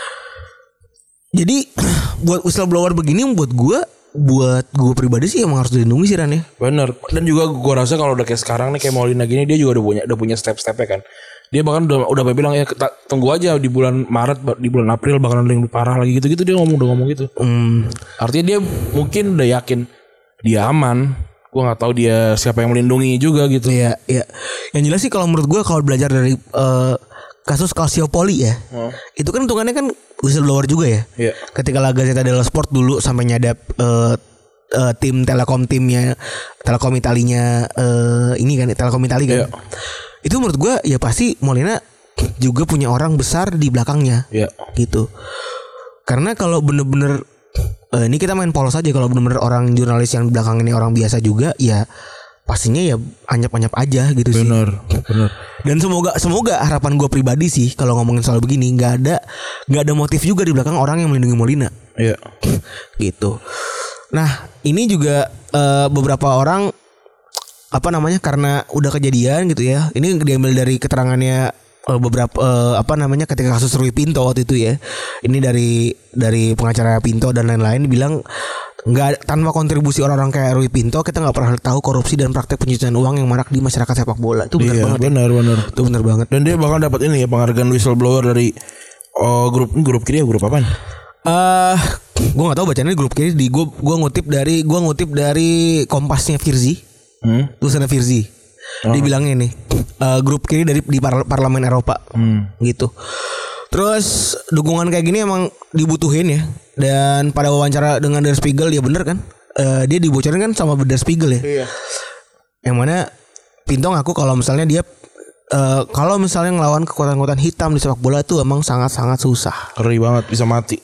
Jadi buat whistleblower begini buat gue buat gue pribadi sih emang harus dilindungi sih Ran ya. Bener. Dan juga gue rasa kalau udah kayak sekarang nih kayak Molina gini dia juga udah punya udah punya step-stepnya kan. Dia bahkan udah udah bilang ya kita tunggu aja di bulan Maret di bulan April bakalan lebih parah lagi gitu-gitu dia ngomong udah ngomong gitu. Hmm. Artinya dia mungkin udah yakin dia aman. Gue nggak tahu dia siapa yang melindungi juga gitu. Iya iya. Yang jelas sih kalau menurut gue kalau belajar dari uh, kasus Calciopoli ya, hmm. itu kan hitungannya kan whistleblower juga ya. Yeah. Ketika La Gazzetta dello Sport dulu sampai nyadap uh, uh, tim Telekom timnya Telekom Italinya uh, ini kan Telekom Italia kan. Yeah. Itu menurut gue ya pasti Molina juga punya orang besar di belakangnya. Yeah. Gitu. Karena kalau bener-bener uh, ini kita main polos aja, kalau bener-bener orang jurnalis yang di belakang ini orang biasa juga ya pastinya ya anyap-anyap aja gitu sih. Bener, bener. Dan semoga semoga harapan gue pribadi sih kalau ngomongin soal begini nggak ada nggak ada motif juga di belakang orang yang melindungi Molina. Iya. Gitu. Nah ini juga uh, beberapa orang apa namanya karena udah kejadian gitu ya. Ini diambil dari keterangannya uh, beberapa uh, apa namanya ketika kasus Rui Pinto waktu itu ya. Ini dari dari pengacara Pinto dan lain-lain bilang nggak tanpa kontribusi orang-orang kayak Rui Pinto kita nggak pernah tahu korupsi dan praktek pencucian uang yang marak di masyarakat sepak bola. Itu benar iya, banget. Benar ya. benar. Itu benar banget. Dan dia bahkan dapat ini ya penghargaan whistleblower dari oh, grup grup kiri ya grup apaan? Eh, uh, gue nggak tahu bacanya grup kiri di gue gue ngutip dari gue ngutip dari Kompasnya Firzi. Hmm? Tulisannya Firzi. Oh. Dia bilangnya nih uh, grup kiri dari di par- Parlemen Eropa. Hmm. Gitu. Terus dukungan kayak gini emang dibutuhin ya. Dan pada wawancara dengan Der Spiegel ya bener kan uh, dia dibocorin kan sama Der Spiegel ya. Iya. Yang mana Pinto ngaku kalau misalnya dia uh, kalau misalnya ngelawan kekuatan-kekuatan hitam di sepak bola itu emang sangat-sangat susah. Ngeri banget bisa mati.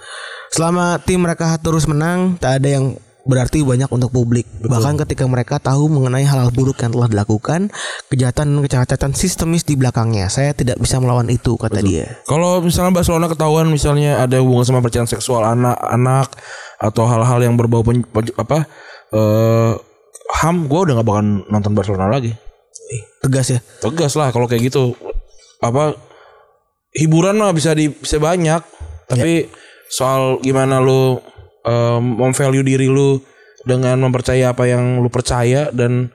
Selama tim mereka terus menang tak ada yang berarti banyak untuk publik. Betul. Bahkan ketika mereka tahu mengenai hal-hal buruk yang telah dilakukan, kejahatan dan kejahatan sistemis di belakangnya, saya tidak bisa melawan itu, kata Betul. dia. Kalau misalnya Barcelona ketahuan misalnya ada hubungan sama pelecehan seksual anak-anak atau hal-hal yang berbau pen, apa uh, H A M, gue udah gak bakal nonton Barcelona lagi. Tegas ya? Tegas lah kalau kayak gitu. Apa hiburan mah bisa di bisa banyak, tapi ya. Soal gimana lu Um, memvalue diri lu dengan mempercaya apa yang lu percaya dan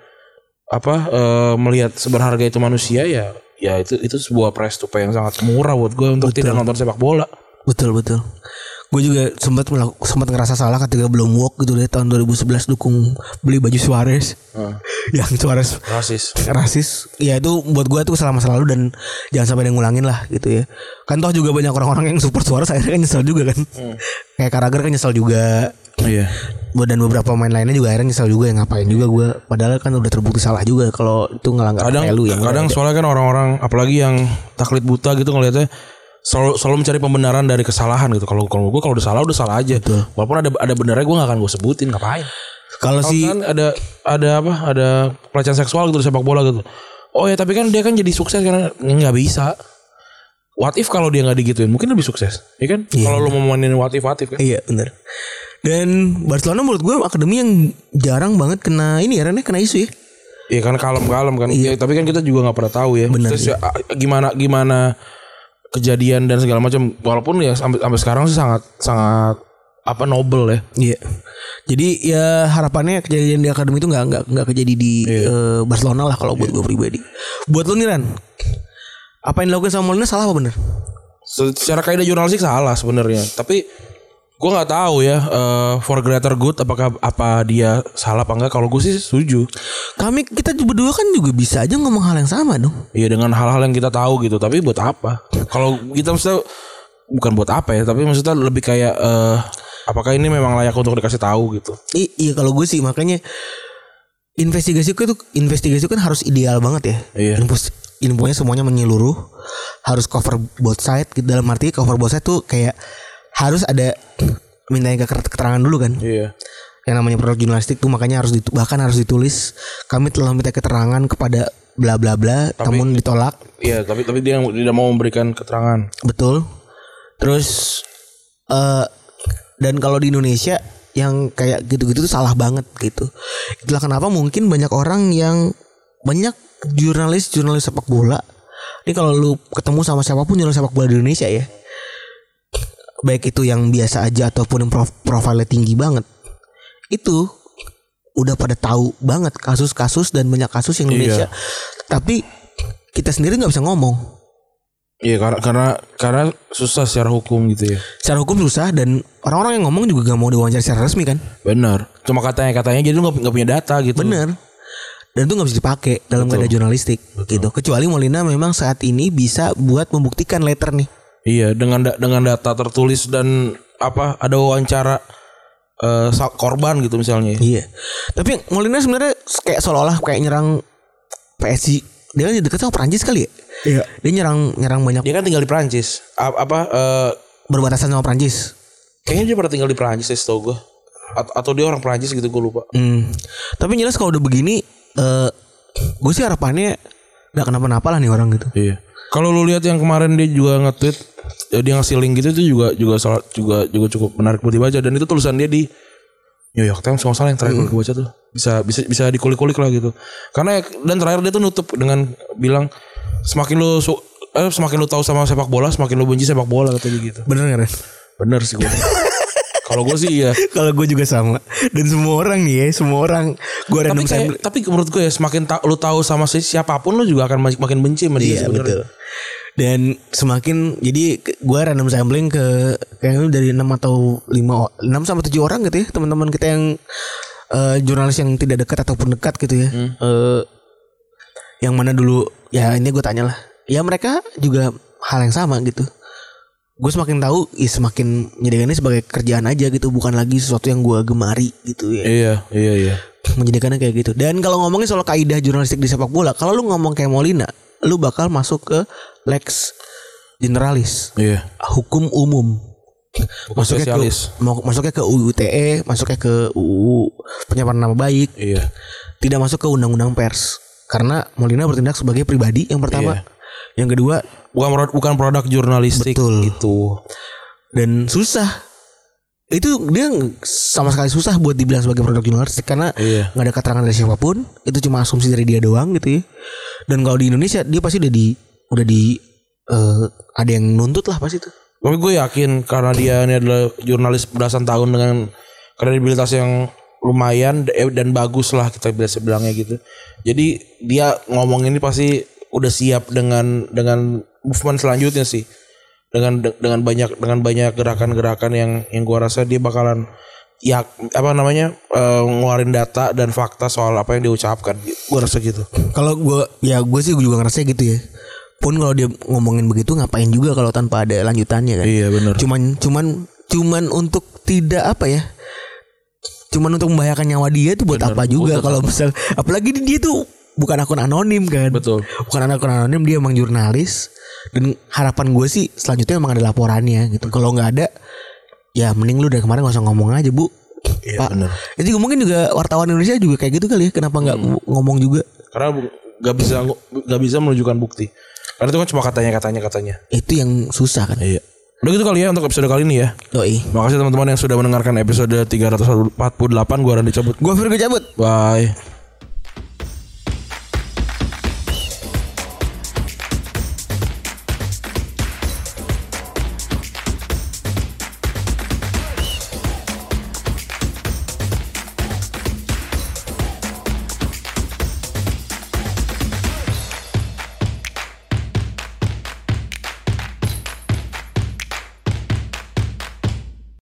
apa uh, melihat seberharga itu manusia ya ya itu itu sebuah price to pay yang sangat murah buat gue untuk betul. Tidak nonton sepak bola. Betul betul. Gue juga sempat sempat ngerasa salah ketika belum walk gitu deh tahun dua ribu sebelas dukung beli baju Suarez. Hmm. Yang Suarez rasis. Rasis. Ya itu buat gue tuh kesalahan masa lalu dan jangan sampai ada ngulangin lah gitu ya. Kan toh juga banyak orang-orang yang support Suarez akhirnya kan nyesel juga kan. Hmm. Kayak Carragher kan nyesel juga. Iya. Dan beberapa pemain lainnya juga akhirnya nyesel juga, yang ngapain juga gue. Padahal kan udah terbukti salah juga kalau itu ngelanggar value ya. Kadang soalnya kan orang-orang apalagi yang taklid buta gitu ngelihatnya selalu selalu mencari pembenaran dari kesalahan gitu. Kalau kalau gue kalau udah salah udah salah aja. Betul. Walaupun ada ada benernya gue nggak akan gue sebutin, ngapain? Kalau si kan ada ada apa? Ada pelecehan seksual gitu di sepak bola gitu. Oh ya tapi kan dia kan jadi sukses karena nggak bisa. What if kalau dia nggak digituin mungkin lebih sukses, ya kan? Iya. Kalau lo mau mainin what if what if kan? Iya benar. Dan Barcelona menurut gue akademi yang jarang banget kena ini ya, Ren, kena isu ya. Iya kan kalem-kalem kan. Iya. Ya, tapi kan kita juga nggak pernah tahu ya. Benar. Terus ya, gimana gimana kejadian dan segala macam. Walaupun ya sampai sampai sekarang sih sangat sangat apa noble ya. Iya. Jadi ya harapannya kejadian di akademi itu nggak nggak nggak kejadi di iya. uh, Barcelona lah kalau buat iya. gue pribadi. Buat lo nih Ran, apa yang dilakukan sama Molina salah apa benar? Secara kaidah jurnalistik salah sebenarnya. Tapi gue nggak tahu ya uh, for greater good apakah apa dia salah apa enggak. Kalau gue sih setuju. Kami kita berdua kan juga bisa aja ngomong hal yang sama dong. Iya dengan hal-hal yang kita tahu gitu. Tapi buat apa? Kalau kita maksudnya bukan buat apa ya. Tapi maksudnya lebih kayak uh, apakah ini memang layak untuk dikasih tahu gitu. I- iya kalau gue sih makanya investigasi itu investigasi kan harus ideal banget ya. Iya. Infos, infonya semuanya menyeluruh, harus cover both side. Dalam arti cover both side tuh kayak harus ada minta keterangan dulu kan. Iya. Yang namanya produk jurnalistik tuh makanya harus ditu- bahkan harus ditulis kami telah minta keterangan kepada bla bla bla, namun ditolak. Iya, tapi tapi dia tidak mau memberikan keterangan. Betul. Terus uh, Dan kalau di Indonesia yang kayak gitu-gitu tuh salah banget gitu. Itulah kenapa mungkin banyak orang yang banyak jurnalis-jurnalis sepak bola. Ini kalau lu ketemu sama siapapun jurnalis sepak bola di Indonesia ya, baik itu yang biasa aja ataupun yang prof- profilnya tinggi banget, itu udah pada tahu banget kasus-kasus dan banyak kasus yang Indonesia. Iya. Tapi kita sendiri nggak bisa ngomong. Iya karena karena karena susah secara hukum gitu ya. Secara hukum susah dan orang-orang yang ngomong juga gak mau diwawancara secara resmi kan. Benar. Cuma katanya katanya jadi lu nggak nggak punya data gitu. Benar. Dan itu nggak bisa dipakai dalam keadaan jurnalistik. Betul. Gitu. Kecuali Molina memang saat ini bisa buat membuktikan letter nih. Iya dengan da- dengan data tertulis dan apa ada wawancara uh, korban gitu misalnya. Iya. Tapi Molina sebenarnya kayak seolah-olah kayak nyerang P S G. Dia kan dekat sama Prancis kali ya. Iya. Dia nyerang nyerang banyak. Dia kan tinggal di Prancis. A- apa uh, berbatasan sama Prancis. Kayaknya dia pernah tinggal di Prancis ya setahu gue. A- atau dia orang Prancis gitu gue lupa. Hmm. Tapi jelas kalau udah begini uh, gue sih harapannya gak kenapa-napa lah nih orang gitu. Iya. Kalau lu lihat yang kemarin dia juga nge-tweet, dia ngasih link gitu itu juga juga salah, juga juga cukup menarik buat dibaca dan itu tulisan dia di New York Times kalau salah yang terakhir gue baca tuh. Bisa bisa bisa dikulik-kulik lah gitu. Karena dan terakhir dia tuh nutup dengan bilang semakin lu su- eh, semakin lu tahu sama sepak bola, semakin lu benci sepak bola katanya gitu. Bener gak Ren? Bener sih gue. Kalau gue sih iya. Kalau gue juga sama. Dan semua orang nih ya, semua orang gue random tapi, kayak, tapi menurut gue ya semakin ta- lu tahu sama siapapun lu juga akan makin benci sama dia. Iya betul. Dan semakin jadi gue random sampling ke kayaknya dari enam atau lima enam sampai tujuh orang gitu ya, teman-teman kita yang uh, jurnalis yang tidak dekat ataupun dekat gitu ya. Hmm. Uh, yang mana dulu ya ini gue tanya lah. Ya mereka juga hal yang sama gitu. Gue semakin tahu ya semakin menjadikannya sebagai kerjaan aja gitu, bukan lagi sesuatu yang gue gemari gitu ya. Iya, iya, iya. Menjadikannya kayak gitu. Dan kalau ngomongin soal kaidah jurnalistik di sepak bola, kalau lu ngomong kayak Molina, lu bakal masuk ke lex generalis. Iya. Hukum umum. Bukan masuknya spesialis. ke masuknya ke U U I T E, masuknya ke U U pencemaran nama baik. Iya. Tidak masuk ke undang-undang pers. Karena Molina bertindak sebagai pribadi yang pertama. Iya. Yang kedua bukan bukan produk jurnalistik. Betul. Itu. Dan susah. Itu dia sama sekali susah buat dibilang sebagai produk jurnalistik karena iya. nggak ada keterangan dari siapapun. Itu cuma asumsi dari dia doang gitu ya. Dan kalau di Indonesia dia pasti udah di udah di uh, ada yang nuntut lah pasti itu. Tapi gue yakin karena dia ini adalah jurnalis belasan tahun dengan kredibilitas yang lumayan dan bagus lah kita bisa bilangnya gitu. Jadi dia ngomong ini pasti udah siap dengan dengan movement selanjutnya sih. Dengan dengan banyak dengan banyak gerakan-gerakan yang yang gue rasa dia bakalan ya apa namanya uh, ngeluarin data dan fakta soal apa yang diucapkan. Gue rasa gitu. Kalau gue ya gue sih juga ngerasa gitu ya. Pun kalau dia ngomongin begitu ngapain juga kalau tanpa ada lanjutannya kan. Iya benar. Cuman cuman cuman untuk tidak apa ya? Cuman untuk membahayakan nyawa dia tuh buat bener, apa juga kalau misal apalagi dia tuh bukan akun anonim kan. Betul. Bukan akun anonim, dia emang jurnalis. Dan harapan gue sih selanjutnya emang ada laporannya gitu. Kalau nggak ada, ya mending lu dari kemarin nggak usah ngomong aja bu. Iya, Pak. Bener. Jadi mungkin juga wartawan Indonesia juga kayak gitu kali ya. Kenapa nggak hmm. ngomong juga? Karena nggak bisa nggak bisa menunjukkan bukti. Karena itu kan cuma katanya katanya katanya. Itu yang susah kan. Iya. Udah gitu kali ya untuk episode kali ini ya. Doi. Makasih teman-teman yang sudah mendengarkan episode tiga ratus empat puluh delapan. Gua Randy cabut. Gua Virgo cabut. Bye.